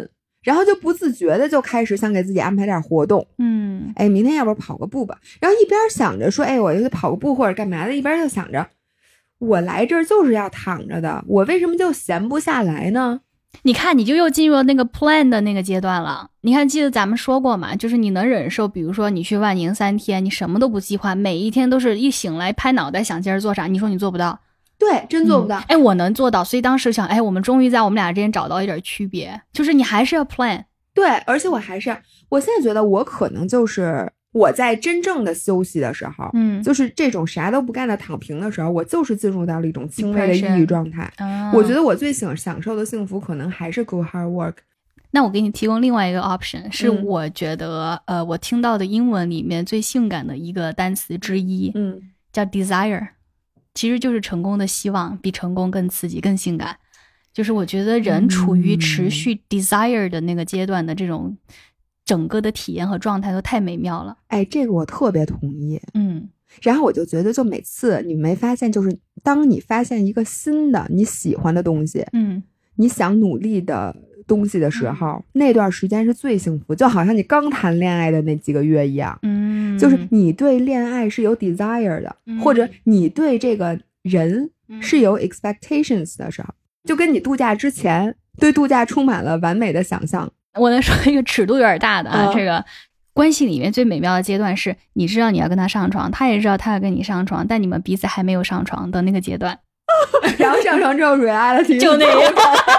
然后就不自觉的就开始想给自己安排点活动，哎，明天要不要跑个步吧？然后一边想着说，哎，我就跑个步或者干嘛的，一边就想着，我来这儿就是要躺着的，我为什么就闲不下来呢？ 你看，你就又进入了那个 plan 的那个阶段了。你看，记得咱们说过嘛，就是你能忍受，比如说你去万宁3天，你什么都不计划，每一天都是一醒来拍脑袋想今儿做啥，你说你做不到？ 对，真做不到。 哎，我能做到，所以当时想，哎，我们终于在我们俩之间找到一点区别，就是你还是要 plan。 对，而且我现在觉得我可能就是我在真正的休息的时候，就是这种啥都不干的躺平的时候，我就是进入到了一种轻微的抑郁状态。我觉得我最享受的幸福可能还是 go hard work。 那我给你提供另外一个 option， 是我觉得我听到的英文里面最性感的一个单词之一，叫 desire， 其实就是成功的希望，比成功更刺激更性感。就是我觉得人处于持续 desire 的那个阶段的这种整个的体验和状态都太美妙了。 哎，这个我特别同意。然后我就觉得，就每次你没发现，就是当你发现一个新的你喜欢的东西，你想努力的东西的时候，那段时间是最幸福，就好像你刚谈恋爱的那几个月一样。就是你对恋爱是有 desire 的，或者你对这个人是有 expectations 的时候，就跟你度假之前对度假充满了完美的想象。 我能说一个尺度有点大的啊，这个关系里面最美妙的阶段是你知道你要跟他上床，他也知道他要跟你上床，但你们彼此还没有上床的那个阶段。 然后上床之后 reality 就那样。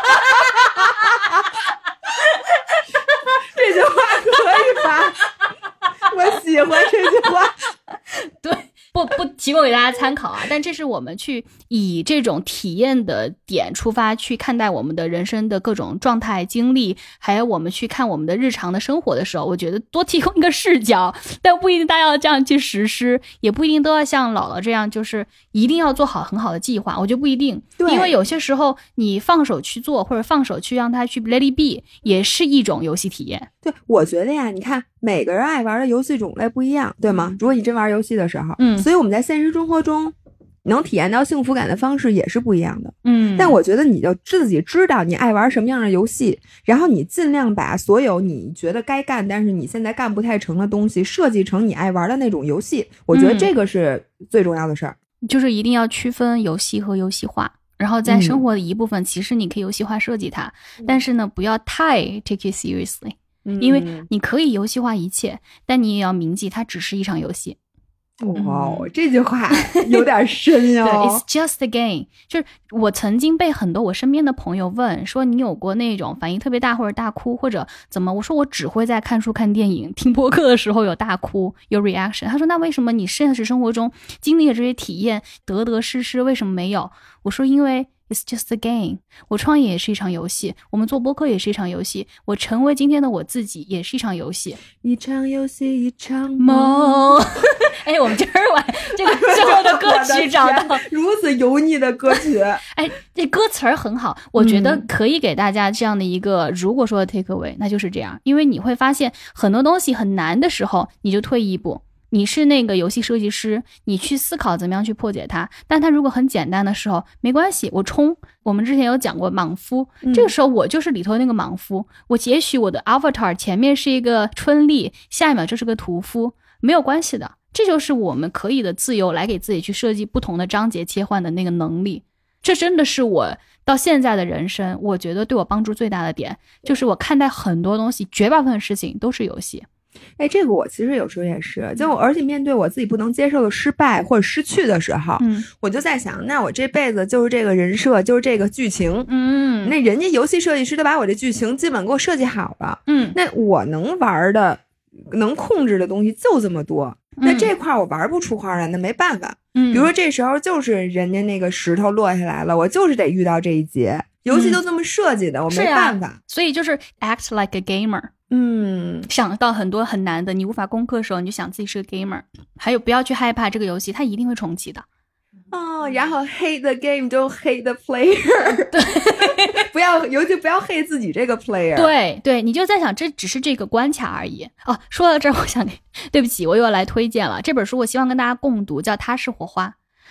这句话可以吧？我喜欢这句话。 对，不提供给大家参考啊，但这是我们去以这种体验的点出发去看待我们的人生的各种状态经历，还有我们去看我们的日常的生活的时候，我觉得多提供一个视角，但不一定大家要这样去实施，也不一定都要像姥姥这样就是一定要做好很好的计划，我觉得不一定。因为有些时候你放手去做，或者放手去让他去 let it be， 也是一种游戏体验。 对，我觉得呀，你看每个人爱玩的游戏种类不一样，对吗？如果你真玩游戏的时候，所以我们在现实生活中能体验到幸福感的方式也是不一样的。但我觉得你就自己知道你爱玩什么样的游戏，然后你尽量把所有你觉得该干但是你现在干不太成的东西设计成你爱玩的那种游戏，我觉得这个是最重要的事儿。 就是一定要区分游戏和游戏化，然后在生活的一部分其实你可以游戏化设计它，但是呢不要太 take it seriously，因为你可以游戏化一切，但你也要铭记它只是一场游戏。 哇，这句话有点深哟。 对 ，It's just a game。就是我曾经被很多我身边的朋友问说，你有过那种反应特别大或者大哭或者怎么？我说我只会在看书、看电影、听播客的时候有大哭有 reaction。他说那为什么你现实生活中经历了这些体验得失失为什么没有？我说因为It's just a game。 我创业也是一场游戏，我们做播客也是一场游戏，我成为今天的我自己也是一场游戏。 一场游戏一场梦。哎，我们今儿晚这个最后的歌曲找到如此油腻的歌曲。 哎，这歌词儿很好，我觉得可以给大家这样的一个如果说的 take away， 那就是这样。因为你会发现很多东西很难的时候你就退一步，你是那个游戏设计师，你去思考怎么样去破解它，但它如果很简单的时候没关系，我冲。我们之前有讲过莽夫，这个时候我就是里头那个莽夫，我也许我的 avatar 前面是一个春丽，下一秒就是个屠夫，没有关系的，这就是我们可以的自由来给自己去设计不同的章节切换的那个能力。这真的是我到现在的人生我觉得对我帮助最大的点，就是我看待很多东西绝大部分事情都是游戏。 哎，这个我其实有时候也是，就而且面对我自己不能接受的失败或者失去的时候，我就在想，那我这辈子就是这个人设，就是这个剧情，那人家游戏设计师都把我这剧情基本给我设计好了，那我能玩的、能控制的东西就这么多，那这块我玩不出花来，那没办法。比如说这时候就是人家那个石头落下来了，我就是得遇到这一节，游戏就这么设计的，我没办法。 所以就是 act like a gamer。想到很多很难的你无法攻克的时候，你就想自己是个 gamer。还有不要去害怕这个游戏它一定会重启的。 然后 hate the game don't hate the player。 对，尤其不要 hate 自己这个 player。 对，你就在想这只是这个关卡而已。说到这儿我想对不起，我又要来推荐了这本书，我希望跟大家共读，叫它是火花。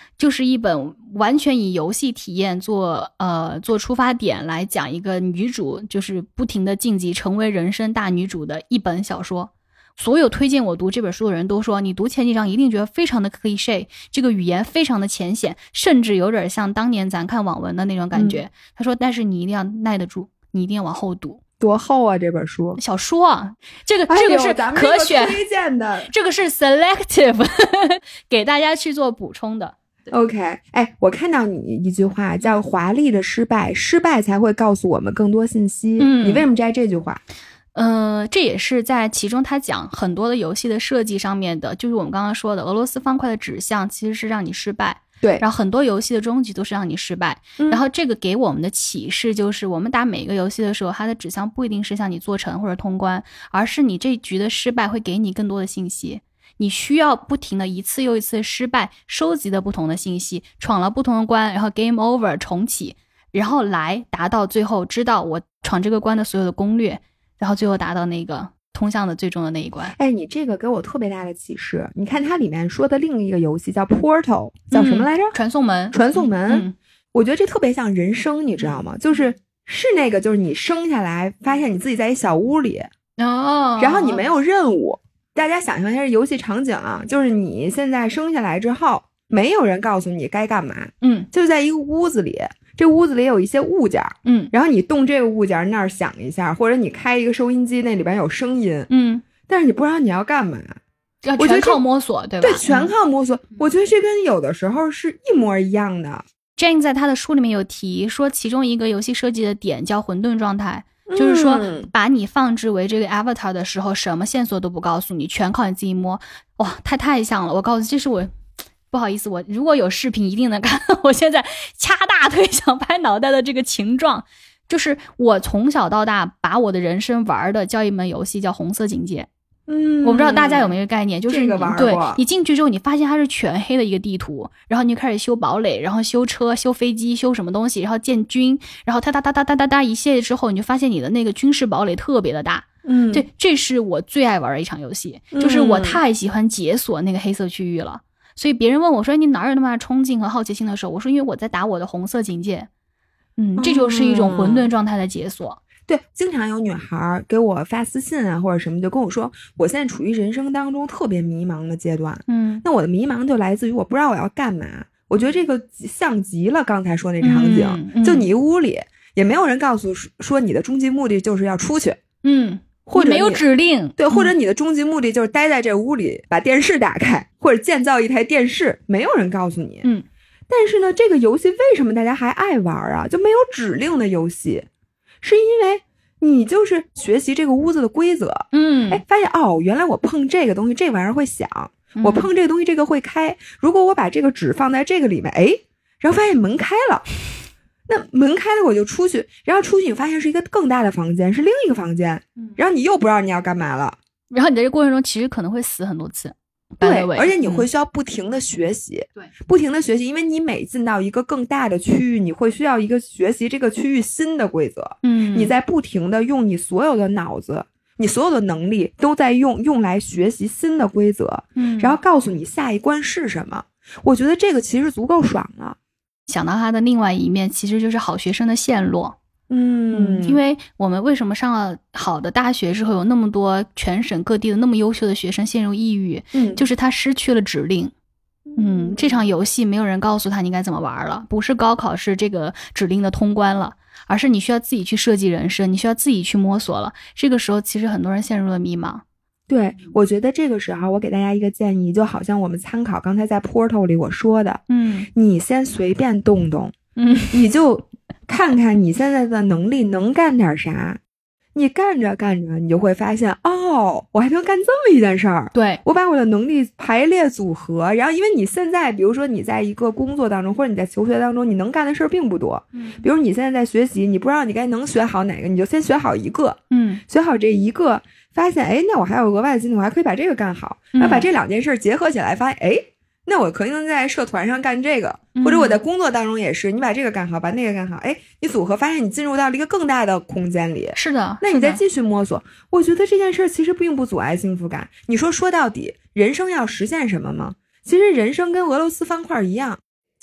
就是一本完全以游戏体验做出发点来讲一个女主就是不停的晋级成为人生大女主的一本小说。所有推荐我读这本书的人都说，你读前几章一定觉得非常的 cliché， 这个语言非常的浅显，甚至有点像当年咱看网文的那种感觉。他说但是你一定要耐得住，你一定要往后读。 多厚啊这本书？小说啊，这个是可选推荐的， 这个是 selective 给大家去做补充的。 OK， 哎，我看到你一句话叫华丽的失败，失败才会告诉我们更多信息。你为什么摘这句话？ 这也是在其中他讲很多的游戏的设计上面的，就是我们刚刚说的俄罗斯方块的指向其实是让你失败。 对， 然后很多游戏的终极都是让你失败。然后这个给我们的启示就是，我们打每个游戏的时候，它的指向不一定是向你做成或者通关，而是你这局的失败会给你更多的信息。你需要不停的一次又一次失败，收集的不同的信息，闯了不同的关，然后 game over 重启，然后来达到最后知道我闯这个关的所有的攻略，然后最后达到那个通向的最终的那一关。 哎，你这个给我特别大的启示。你看它里面说的另一个游戏叫 Portal， 叫什么来着？ 传送门。 传送门。我觉得这特别像人生，你知道吗？就是那个就是你生下来发现你自己在一小屋里，然后你没有任务。大家想象一下游戏场景啊，就是你现在生下来之后，没有人告诉你该干嘛，就在一个屋子里，这屋子里有一些物件，然后你动这个物件那儿想一下，或者你开一个收音机，那里边有声音，但是你不知道你要干嘛， 要全靠摸索，对吧？ 对，全靠摸索。我觉得这跟有的时候是一模一样的。 Jane 在他的书里面有提说，其中一个游戏设计的点叫混沌状态。就是说把你放置为这个 avatar 的时候，什么线索都不告诉你，全靠你自己摸。哇，太像了。我告诉你，这是我不好意思，我如果有视频一定能看我现在掐大腿想拍脑袋的这个情状。就是我从小到大把我的人生玩的叫一门游戏叫红色警戒。我不知道大家有没有概念，就是这个玩过。 对，你进去之后你发现它是全黑的一个地图，然后你就开始修堡垒，然后修车、修飞机、修什么东西，然后建军，然后哒一系列之后，你就发现你的那个军事堡垒特别的大。对，这是我最爱玩的一场游戏，就是我太喜欢解锁那个黑色区域了。所以别人问我说你哪有那么大冲劲和好奇心的时候，我说因为我在打我的红色警戒。这就是一种混沌状态的解锁。 对，经常有女孩给我发私信啊或者什么，就跟我说我现在处于人生当中特别迷茫的阶段。那我的迷茫就来自于我不知道我要干嘛。我觉得这个像极了刚才说那场景，就你屋里也没有人告诉说你的终极目的就是要出去，或者没有指令， 对，或者你的终极目的就是待在这屋里把电视打开，或者建造一台电视，没有人告诉你。但是呢，这个游戏为什么大家还爱玩啊？就没有指令的游戏，是因为你就是学习这个屋子的规则。发现原来我碰这个东西，这玩意儿会响；我碰这个东西，这个会开。如果我把这个纸放在这个里面，然后发现门开了，那门开了我就出去，然后出去你发现是一个更大的房间，是另一个房间，然后你又不知道你要干嘛了。 然后你在这过程中其实可能会死很多次。 对，而且你会需要不停的学习，不停的学习，因为你每进到一个更大的区域，你会需要一个学习这个区域新的规则。你在不停的用你所有的脑子，你所有的能力都在用来学习新的规则，然后告诉你下一关是什么。我觉得这个其实足够爽了。 想到它的另外一面，其实就是好学生的陷落。因为我们为什么上了好的大学之后有那么多全省各地的那么优秀的学生陷入抑郁，就是他失去了指令。这场游戏没有人告诉他你该怎么玩了，不是高考是这个指令的通关了，而是你需要自己去设计人生，你需要自己去摸索了。这个时候其实很多人陷入了迷茫。 对，我觉得这个时候我给大家一个建议，就好像我们参考刚才在 Portal 里我说的，你先随便动动，你就看看你现在的能力能干点啥，你干着干着你就会发现我还能干这么一件事儿。 对， 我把我的能力排列组合，然后因为你现在比如说你在一个工作当中或者你在求学当中，你能干的事儿并不多。比如你现在在学习，你不知道你该能学好哪个，你就先学好一个。学好这一个，发现那我还有额外的精力，我还可以把这个干好，然后把这两件事结合起来，发现那我可能在社团上干这个，或者我在工作当中也是，你把这个干好，把那个干好，你组合发现你进入到了一个更大的空间里。 是的， 那你再继续摸索。我觉得这件事其实并不阻碍幸福感。你说到底，人生要实现什么吗？其实人生跟俄罗斯方块一样，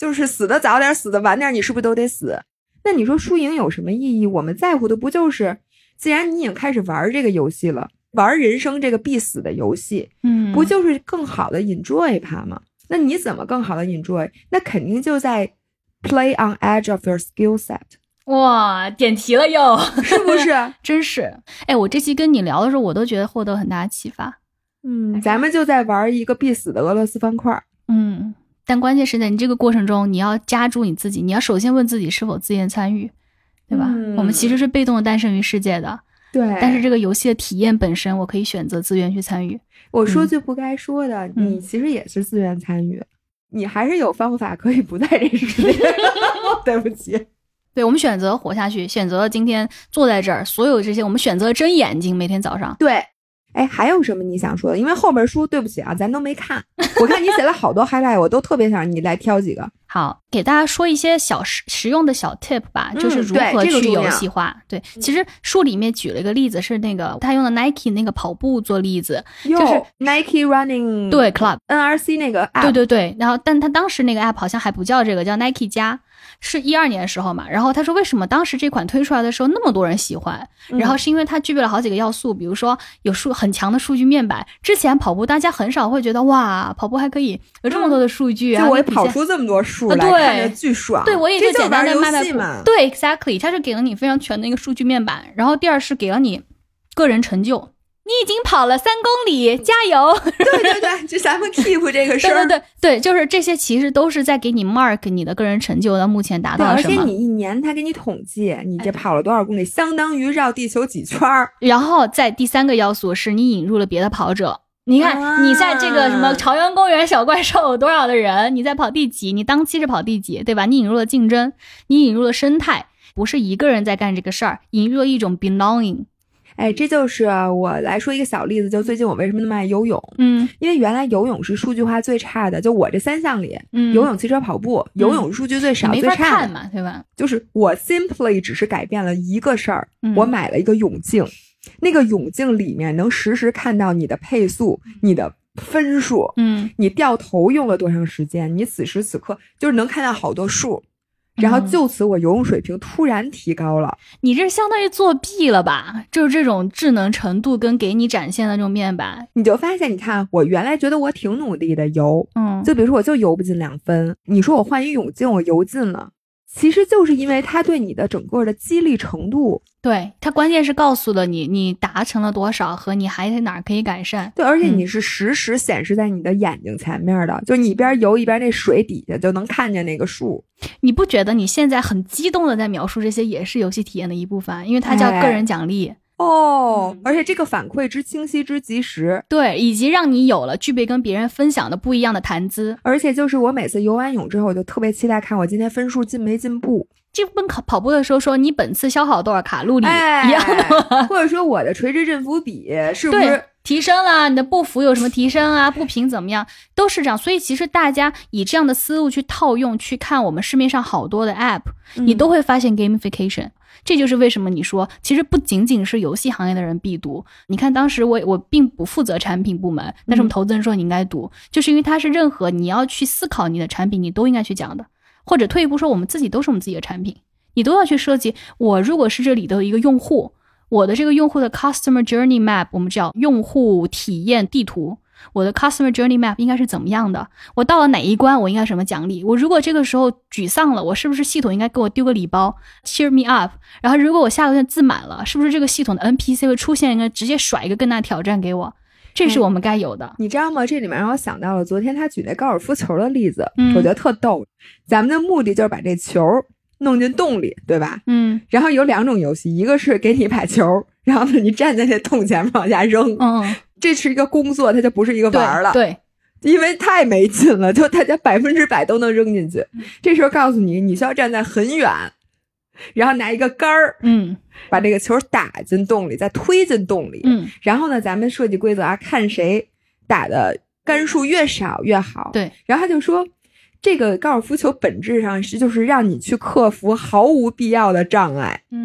就是死得早点死得晚点你是不是都得死？那你说输赢有什么意义？我们在乎的不就是既然你已经开始玩这个游戏了，玩人生这个必死的游戏，不就是更好的 enjoy 它吗？那你怎么更好的 enjoy？ 那肯定就在 play on edge of your skill set。 哇，点题了又是不是？ 真是。哎，我这期跟你聊的时候我都觉得获得很大启发。 咱们就在玩一个必死的俄罗斯方块。 但关键是在你这个过程中你要加注你自己，你要首先问自己是否自愿参与，对吧？我们其实是被动的诞生于世界的， 对。 但是这个游戏的体验本身我可以选择自愿去参与。 我说句不该说的，你其实也是自愿参与，你还是有方法可以不在这世界对不起。 对，我们选择活下去，选择今天坐在这儿，所有这些我们选择睁眼睛每天早上。 对。哎，还有什么你想说的？因为后边书对不起啊，咱都没看。我看你写了好多 highlight， 我都特别想你来挑几个。 好，给大家说一些实用的小 tip 吧，就是如何去游戏化。对，其实书里面举了一个例子，是那个他用的 Nike 那个跑步做例子，就是 Nike Running 对 Club NRC 那个 app。 对，然后但他当时那个 app 好像还不叫这个，叫 Nike 加。是12年的时候嘛，然后他说为什么当时这款推出来的时候那么多人喜欢，然后是因为它具备了好几个要素，比如说有很强的数据面板。之前跑步大家很少会觉得哇，跑步还可以有这么多的数据啊， 就我也跑出这么多数来，看着巨爽。 对，我也就简单的卖步嘛。 对 exactly， 它是给了你非常全的一个数据面板，然后第二是给了你个人成就，你已经跑了3公里，加油！ 对，就咱们 keep 这个事儿。 对，就是这些其实都是在给你 mark 你的个人成就到目前达到了什么。 而且你一年他给你统计你这跑了多少公里，相当于绕地球几圈。 然后在第3个要素是你引入了别的跑者。你看你在这个什么朝阳公园小怪兽有多少的人，你在跑第几，你当期是跑第几，对吧？你引入了竞争，你引入了生态，不是一个人在干这个事儿，引入了一种 belonging。 哎，这就是我来说一个小例子，就最近我为什么那么爱游泳。因为原来游泳是数据化最差的，就我这3项里，游泳、骑车、跑步，游泳数据最少、最差的。 没法看嘛，对吧？ 就是我 simply 只是改变了一个事儿，我买了一个泳镜，那个泳镜里面能实时看到你的配速、你的分数，你掉头用了多长时间，你此时此刻就是能看到好多数。然后就此我游泳水平突然提高了。 你这相当于作弊了吧？就是这种智能程度跟给你展现的这种面板， 你就发现，你看我原来觉得我挺努力的游，就比如说我就游不进2分，你说我换一泳镜我游进了，其实就是因为它对你的整个的激励程度， 对，它关键是告诉了你达成了多少和你还在哪儿可以改善。 对，而且你是实时显示在你的眼睛前面的，就你一边游一边那水底下就能看见那个数。 你不觉得你现在很激动的在描述这些也是游戏体验的一部分？因为它叫个人奖励。 而且这个反馈之清晰之及时， 对，以及让你有了具备跟别人分享的不一样的谈资。 而且就是我每次游完泳之后，我就特别期待看我今天分数进没进步。 这跟跑步的时候说你本次消耗多少卡路里一样的吗？ 或者说我的垂直振幅比是不是提升了，你的步幅有什么提升啊，步频怎么样，都是这样。所以其实大家以这样的思路去套用去看我们市面上好多的 app，你都会发现 gamification。这就是为什么你说其实不仅仅是游戏行业的人必读。你看当时我并不负责产品部门，但是我们投资人说你应该读，就是因为它是任何你要去思考你的产品你都应该去讲的。或者退一步说，我们自己都是我们自己的产品，你都要去设计，我如果是这里的一个用户，我的这个用户的 customer journey map， 我们叫用户体验地图，我的 customer journey map 应该是怎么样的，我到了哪一关我应该什么奖励，我如果这个时候沮丧了，我是不是系统应该给我丢个礼包 cheer me up， 然后如果我下个月自满了，是不是这个系统的 NPC 会出现一个直接甩一个更大挑战给我，这是我们该有的。 你知道吗？这里面让我想到了昨天他举那高尔夫球的例子，我觉得特逗。咱们的目的就是把这球弄进洞里，对吧？然后有2种游戏，一个是给你把球，然后呢你站在那洞前面往下扔，这是一个工作，它就不是一个玩了。 对， 因为太没劲了，就大家100%都能扔进去。这时候告诉你，你需要站在很远，然后拿一个杆儿，把这个球打进洞里，再推进洞里。然后呢，咱们设计规则啊，看谁打的杆数越少越好。 对， 然后他就说，这个高尔夫球本质上是就是让你去克服毫无必要的障碍。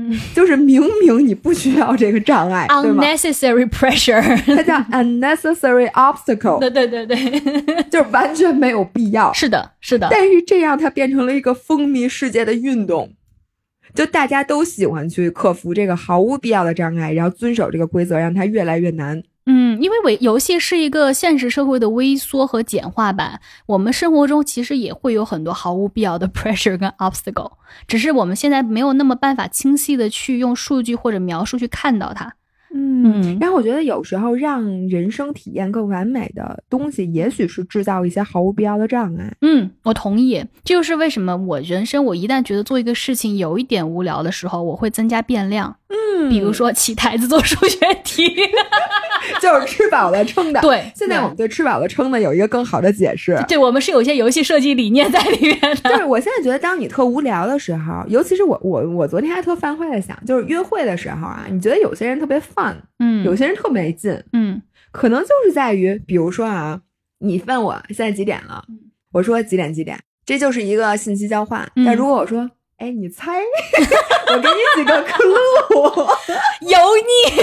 就是明明你不需要这个障碍，对吗 ？Unnecessary pressure， 它叫 unnecessary obstacle， 对， 就是完全没有必要。 是的， 但是这样它变成了一个风靡世界的运动，就大家都喜欢去克服这个毫无必要的障碍，然后遵守这个规则，让它越来越难。 因为游戏是一个现实社会的微缩和简化版，我们生活中其实也会有很多毫无必要的 pressure 跟 obstacle， 只是我们现在没有那么办法清晰的去用数据或者描述去看到它。 然后我觉得有时候让人生体验更完美的东西，也许是制造一些毫无必要的障碍。 我同意，这就是为什么我一旦觉得做一个事情有一点无聊的时候，我会增加变量。比如说起台子做数学题， 就是吃饱了撑的。 对， 现在我们对吃饱了撑的有一个更好的解释。 对，我们是有一些游戏设计理念在里面的。 就是我现在觉得，当你特无聊的时候，尤其是我昨天还特犯坏的想，就是约会的时候啊，你觉得有些人特别 fun，有些人特没劲，可能就是在于，比如说啊，你问我现在几点了，我说几点，这就是一个信息交换。但如果我说，哎，你猜，我给你几个 clue， 有你，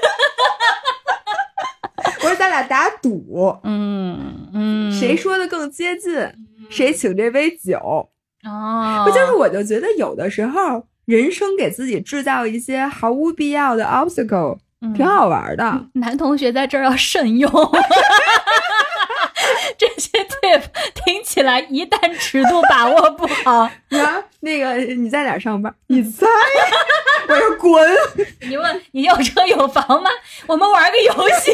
我说咱俩打赌，谁说的更接近，谁请这杯酒。不就是我就觉得有的时候人生给自己制造一些毫无必要的 obstacle，挺好玩的。 男同学在这儿要慎用。这些 tip 听起来一旦尺度把握不好， 那个你在哪儿上班？你猜？我说滚！ 你问你有车有房吗？我们玩个游戏。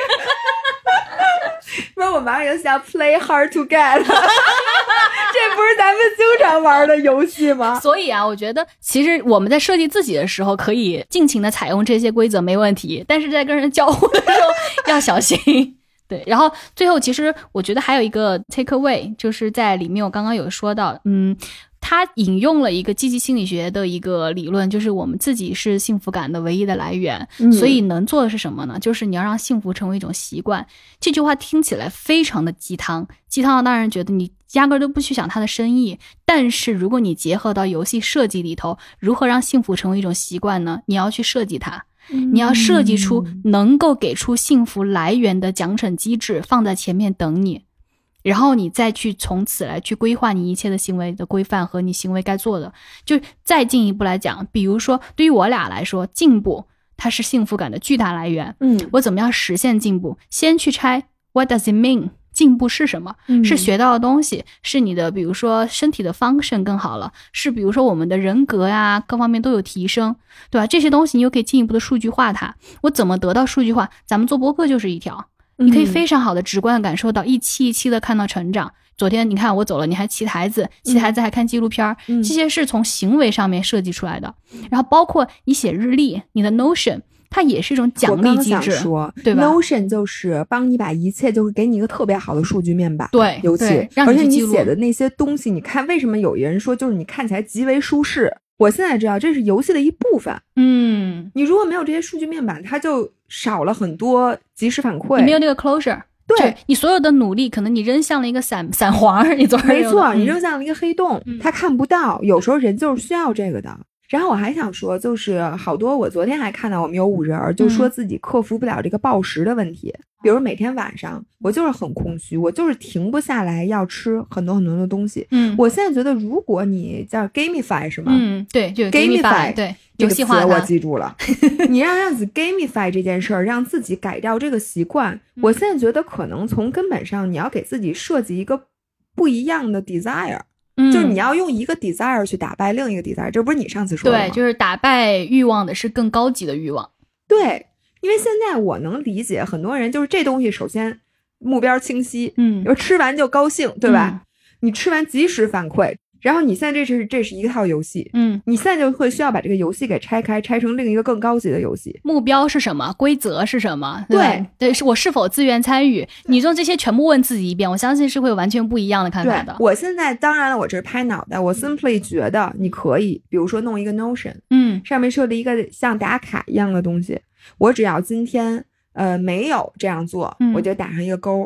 不是我们玩个游戏叫 Play Hard to Get， 这不是咱们经常玩的游戏吗？ 所以啊，我觉得其实我们在设计自己的时候可以尽情的采用这些规则没问题，但是在跟人交互的时候要小心。对，然后最后其实我觉得还有一个 take away， 就是在里面我刚刚有说到，他引用了一个积极心理学的一个理论，就是我们自己是幸福感的唯一的来源，所以能做的是什么呢？就是你要让幸福成为一种习惯。这句话听起来非常的鸡汤，当然觉得你压根都不去想它的深意，但是如果你结合到游戏设计里头，如何让幸福成为一种习惯呢？你要去设计它。你要设计出能够给出幸福来源的奖惩机制放在前面等你，然后你再去从此来去规划你一切的行为的规范和你行为该做的。就再进一步来讲，比如说对于我俩来说，进步它是幸福感的巨大来源。我怎么样实现进步？先去拆 What does it mean？进步是什么？是学到的东西，是你的比如说身体的 function 更好了，是比如说我们的人格呀各方面都有提升，对吧？这些东西你又可以进一步的数据化它。我怎么得到数据化？咱们做播客就是一条，你可以非常好的直观的感受到一期一期的看到成长。昨天你看我走了，你还骑台子还看纪录片，这些是从行为上面设计出来的。然后包括你写日历，你的 Notion它也是一种奖励机制，对吧 ？Notion 就是帮你把一切，就是给你一个特别好的数据面板， 对， 尤其而且你写的那些东西，你看为什么有人说就是你看起来极为舒适？我现在知道这是游戏的一部分。你如果没有这些数据面板，它就少了很多及时反馈， 你没有那个 closure。对，你所有的努力，可能你扔向了一个散黄，你昨儿没错，你扔向了一个黑洞，他看不到。有时候人就是需要这个的。然后我还想说，就是好多我昨天还看到我们有5人就说自己克服不了这个暴食的问题。比如每天晚上我就是很空虚，我就是停不下来要吃很多很多的东西。我现在觉得如果你叫 gamify 是吗？ 对，就 gamify， 对， 这个词我记住了。你让自己 gamify 这件事儿，让自己改掉这个习惯。我现在觉得可能从根本上你要给自己设计一个不一样的 desire。就是你要用一个 desire 去打败另一个 desire， 这不是你上次说的吗？ 对，就是打败欲望的是更高级的欲望。 对，因为现在我能理解很多人就是这东西首先目标清晰，吃完就高兴，对吧？你吃完及时反馈，然后你现在这是一套游戏，你现在就会需要把这个游戏给拆成另一个更高级的游戏。 目标是什么？规则是什么？ 对， 是我是否自愿参与？你用这些全部问自己一遍，我相信是会有完全不一样的看法的。 我现在当然了，我这是拍脑袋，我 simply 觉得你可以，比如说弄一个 Notion，上面设立一个像打卡一样的东西，我只要今天没有这样做，我就打上一个勾。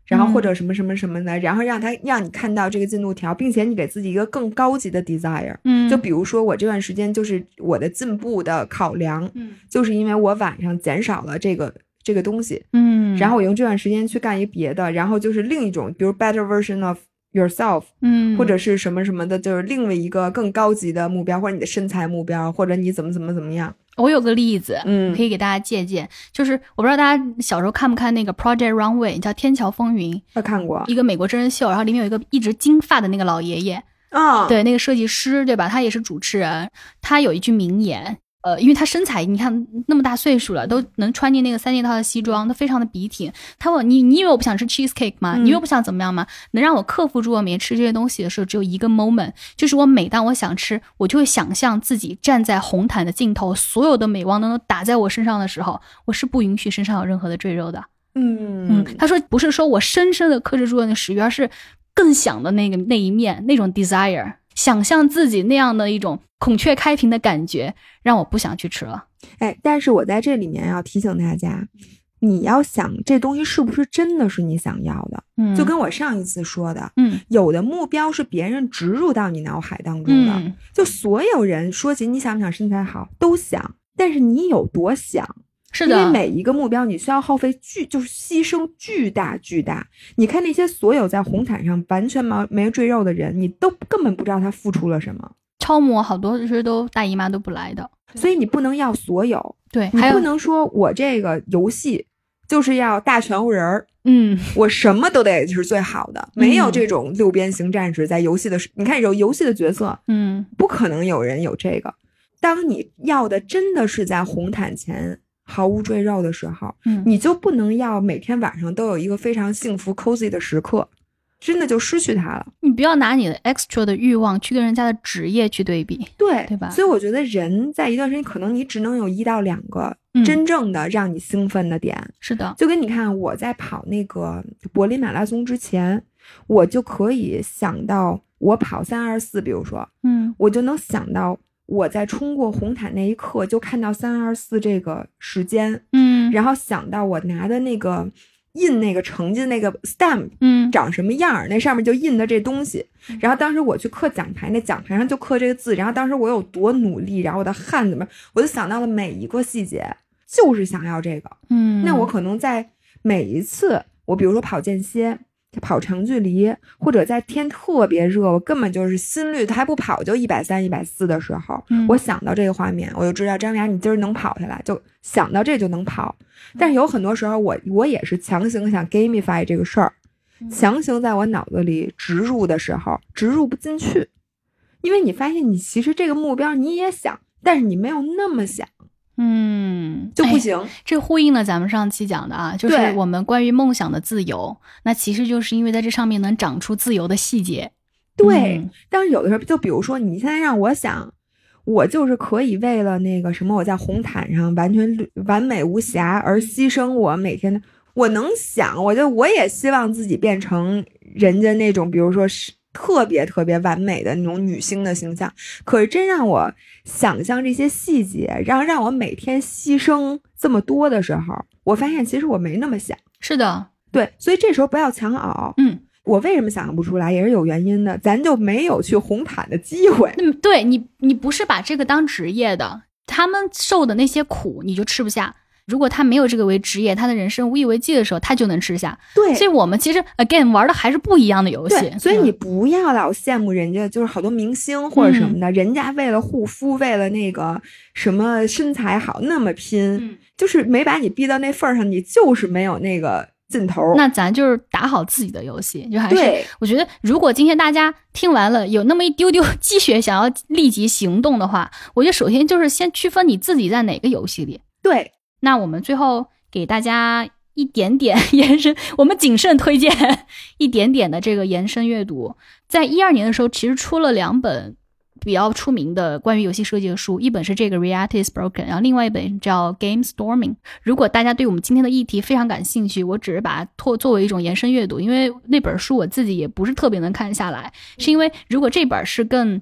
然后或者什么什么什么的，然后让你看到这个进度条，并且你给自己一个更高级的 desire。就比如说我这段时间就是我的进步的考量，就是因为我晚上减少了这个东西，然后我用这段时间去干一别的，然后就是另一种，比如 better version of yourself， 或者是什么什么的，就是另外一个更高级的目标，或者你的身材目标，或者你怎么样。 我有个例子，可以给大家借鉴，就是我不知道大家小时候看不看那个 Project Runway， 叫天桥风云。 我看过一个美国真人秀，然后里面有一个一直金发的那个老爷爷，对，那个设计师，对吧？他也是主持人，他有一句名言。因为他身材你看那么大岁数了，都能穿进那个3件套的西装，他非常的笔挺。他问你以为我不想吃 cheesecake 吗？你以为我不想怎么样吗？能让我克服住我没吃这些东西的时候，只有一个 moment， 就是我每当我想吃，我就会想象自己站在红毯的尽头，所有的美光灯都打在我身上的时候，我是不允许身上有任何的赘肉的。他说不是说我深深的克制住了那食欲，而是更想的那一面，那种 desire， 想象自己那样的一种孔雀开屏的感觉，让我不想去吃了。 但是我在这里面要提醒大家，你要想这东西是不是真的是你想要的，就跟我上一次说的，有的目标是别人植入到你脑海当中的，就所有人说起你想不想身材好都想，但是你有多想？ 是的， 因为每一个目标你需要耗费就是牺牲巨大。你看那些所有在红毯上完全没赘肉的人，你都根本不知道他付出了什么。 超模好多就是都大姨妈都不来的， 所以你不能要所有。 对， 你不能说我这个游戏就是要大全乎人儿，我什么都得是最好的，没有这种六边形战士在游戏的，你看有游戏的角色，不可能有人有这个。当你要的真的是在红毯前毫无赘肉的时候，你就不能要每天晚上都有一个非常幸福 cozy 的时刻，真的就失去它了。 你不要拿你的 extra 的欲望去跟人家的职业去对比，对吧？ 所以我觉得人在一段时间可能你只能有1到2个真正的让你兴奋的点。 是的， 就跟你看我在跑那个柏林马拉松之前，我就可以想到我跑324，比如说我就能想到我在冲过红毯那一刻就看到324这个时间，然后想到我拿的那个印那个成绩那个 stamp 长什么样，那上面就印的这东西，然后当时我去刻奖牌，那奖牌上就刻这个字，然后当时我有多努力，然后我的汗怎么，我就想到了每一个细节，就是想要这个。那我可能在每一次我比如说跑间歇跑长距离，或者在天特别热，我根本就是心率还不跑就130、140的时候，我想到这个画面，我就知道张雅你今儿能跑下来，就想到这就能跑。但是有很多时候我也是强行想 gamify 这个事儿，强行在我脑子里植入的时候植入不进去，因为你发现你其实这个目标你也想，但是你没有那么想，就不行。 这呼应了咱们上期讲的啊，就是我们关于梦想的自由，那其实就是因为在这上面能长出自由的细节。 对，但是有的时候就比如说你现在让我想，我就是可以为了那个什么我在红毯上完全完美无瑕而牺牲我每天的，我能想，我也希望自己变成人家那种比如说是特别特别完美的那种女星的形象，可是真让我想象这些细节，让我每天牺牲这么多的时候，我发现其实我没那么想。 是的， 对，所以这时候不要强熬。我为什么想象不出来也是有原因的，咱就没有去红毯的机会。 对，你不是把这个当职业的，他们受的那些苦你就吃不下，如果他没有这个为职业，他的人生无以为继的时候，他就能吃下。 对， 所以我们其实 again 玩的还是不一样的游戏。 对，所以你不要老羡慕人家，就是好多明星或者什么的，人家为了护肤，为了那个什么身材好那么拼，就是没把你逼到那份儿上，你就是没有那个劲头。 那咱就是打好自己的游戏，就还是我觉得，如果今天大家听完了有那么一丢丢积雪，想要立即行动的话，我觉得首先就是先区分你自己在哪个游戏里。 对， 那我们最后给大家一点点延伸，我们谨慎推荐一点点的这个延伸阅读。在12年的时候，其实出了2本比较出名的关于游戏设计的书，一本是这个 Reality is Broken， 然后另外一本叫 Game Storming。 如果大家对我们今天的议题非常感兴趣，我只是把它作为一种延伸阅读，因为那本书我自己也不是特别能看下来，是因为如果这本是更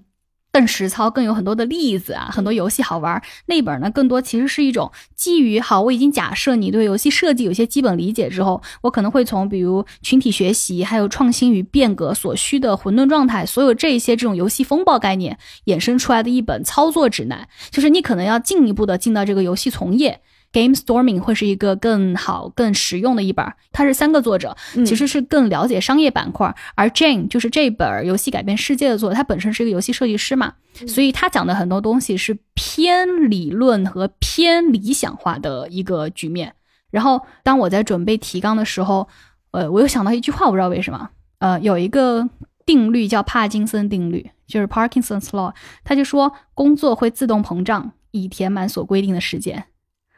更实操，更有很多的例子啊，很多游戏好玩。那本呢，更多其实是一种基于我已经假设你对游戏设计有些基本理解之后，我可能会从比如群体学习，还有创新与变革所需的混沌状态，所有这些这种游戏风暴概念衍生出来的一本操作指南，就是你可能要进一步的进到这个游戏从业。Game Storming 会是一个更好更实用的一本，它是3个作者，其实是更了解商业板块，而 Jane 就是这本游戏改变世界的作者，他本身是一个游戏设计师嘛，所以他讲的很多东西是偏理论和偏理想化的一个局面。然后当我在准备提纲的时候，我又想到一句话，我不知道为什么，有一个定律叫帕金森定律，就是 Parkinson's Law， 他就说工作会自动膨胀，以填满所规定的时间。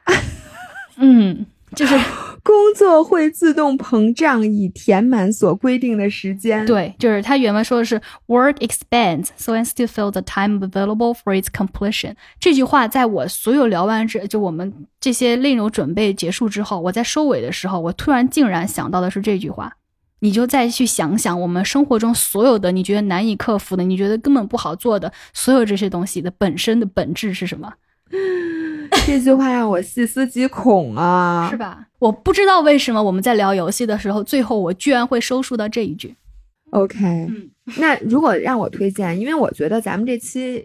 就是工作会自动膨胀以填满所规定的时间。 对，就是他原文说的是 Work expands so and still fill the time available for its completion。 这句话在我所有聊完就我们这些内容准备结束之后，我在收尾的时候，我突然竟然想到的是这句话。你就再去想想我们生活中所有的你觉得难以克服的，你觉得根本不好做的所有这些东西的本身的本质是什么。 这句话让我细思极恐啊， 是吧？我不知道为什么我们在聊游戏的时候，最后我居然会收束到这一句。 OK，那如果让我推荐，因为我觉得咱们这期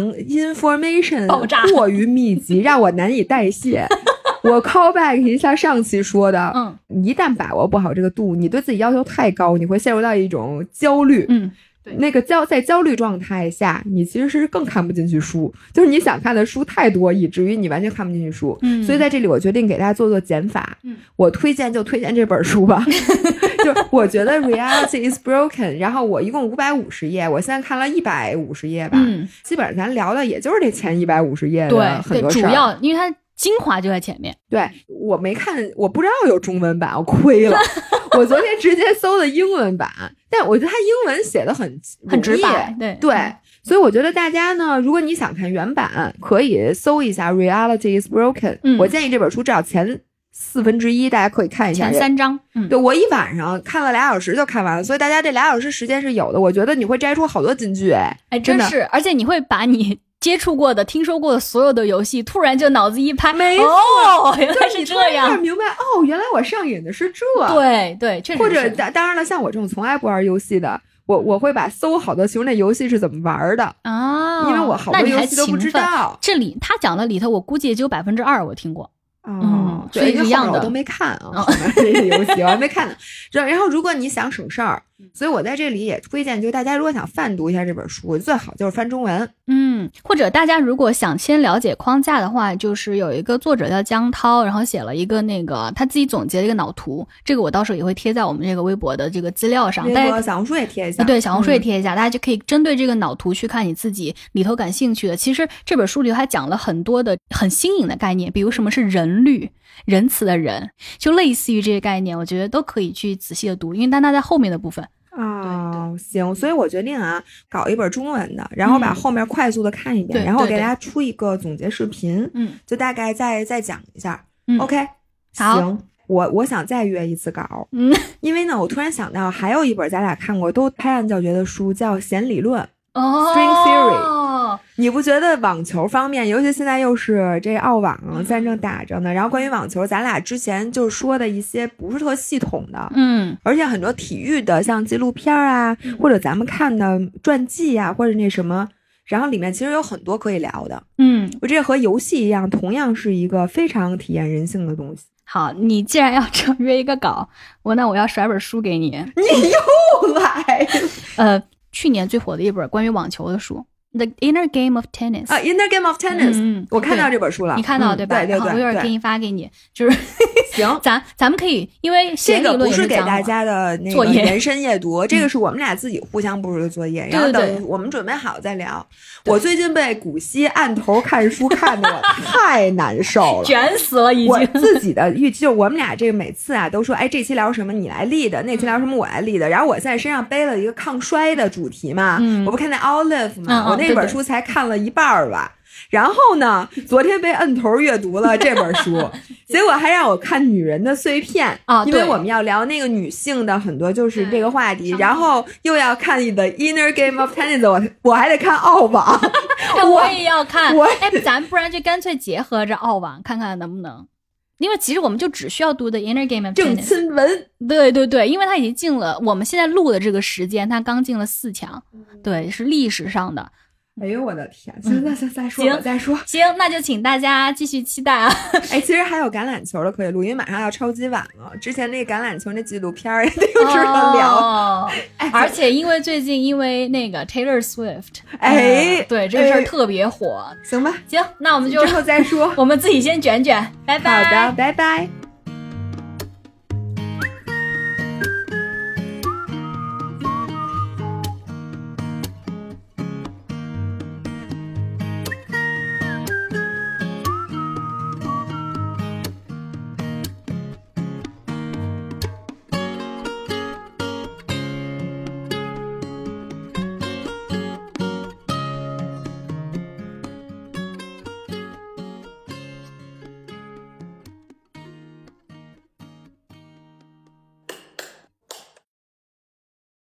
information 爆炸过于密集，让我难以代谢。我 call back 一下上期说的，一旦把握不好这个度，你对自己要求太高，你会陷入到一种焦虑。那个在焦虑状态下，你其实是更看不进去书，就是你想看的书太多，以至于你完全看不进去书。所以在这里我决定给大家做减法。我推荐这本书吧。就我觉得 Reality is Broken， 然后我一共550页，我现在看了150页吧。基本上咱聊的也就是这前150页的很多事儿。 对，主要因为它精华就在前面。 对，我没看，我不知道有中文版，我亏了。我昨天直接搜的英文版，但我觉得他英文写的很直白。对， 所以我觉得大家呢，如果你想看原版，可以搜一下 Reality is Broken。我建议这本书至少前1/4大家可以看一下， 前3章。 对，我一晚上看了2小时就看完了，所以大家这2小时时间是有的，我觉得你会摘出好多金句。 真是，而且你会把你接触过的听说过的所有的游戏突然就脑子一拍， 没错， 原来是这样， 明白原来我上瘾的是这。 对，确实是。 或者当然了，像我这种从来不玩游戏的，我会把搜好多其实那游戏是怎么玩的因为我好多游戏都不知道。 这里他讲的里头我估计也只有2%我听过。 所以一样的我都没看啊，这个游戏我还没看呢。然后如果你想省事儿，所以我在这里也推荐，就大家如果想泛读一下这本书，最好就是翻中文。 或者大家如果想先了解框架的话，就是有一个作者叫江涛，然后写了一个他自己总结了一个脑图，这个我到时候也会贴在我们这个微博的这个资料上， 微博小红书也贴一下。 对，小红书也贴一下，大家就可以针对这个脑图去看你自己里头感兴趣的。其实这本书里头还讲了很多的很新颖的概念，比如什么是人律，仁慈的人，就类似于这些概念，我觉得都可以去仔细的读，因为它在后面的部分。 行，所以我决定搞一本中文的，然后把后面快速的看一遍，然后给大家出一个总结视频，就大概再讲一下。OK， 行，我想再约一次稿，因为呢，我突然想到还有一本咱俩看过都拍案叫绝的书，叫《弦理论》（String Theory）。你不觉得网球方面，尤其现在又是这澳网战正打着呢，然后关于网球咱俩之前就说的一些不是特系统的，而且很多体育的像纪录片啊，或者咱们看的传记啊，或者那什么，然后里面其实有很多可以聊的。我这和游戏一样，同样是一个非常体验人性的东西。 好，你既然要这样约一个稿，那我要甩本书给你。 你又来去年最火的一本关于网球的书，The Inner Game of Tennis。 Inner Game of Tennis，我看到这本书了， 你看到对吧？ 对， 我一会儿给你发给你，就是行， 咱们可以，因为这个不是给大家的那个延伸阅读，这个是我们俩自己互相布置的作业，然后等我们准备好再聊。我最近被古希按头看书看得我太难受了， 卷死了已经。 我自己的预期就是我们俩这个每次都说，这期聊什么你来立的，那期聊什么我来立的，然后我现在身上背了一个抗衰的主题嘛，我不看那 Olive 嘛，我那本书才看了一半吧。 然后呢，昨天被摁头阅读了这本书，结果还让我看女人的碎片啊， 因为我们要聊那个女性的很多就是这个话题，然后又要看你的 Inner Game of Tennis， 我还得看澳网， 我也要看。咱不然就干脆结合着澳网看看能不能。因为其实我们就只需要读的 Inner Game of Tennis 郑钦文， 对对对，因为他已经进了我们现在录的这个时间，他刚进了4强，对，是历史上的。 哎呦我的天！行，那再说吧，再说。 行，那就请大家继续期待啊！ 哎，其实还有橄榄球的可以录，因为马上要超级碗了。之前那个橄榄球那纪录片也挺值得聊。 哎，而且最近因为那个 Taylor Swift， 对这个事儿特别火。 行吧， 行，那我们就之后再说。 我们自己先卷卷，拜拜。 好的，拜拜。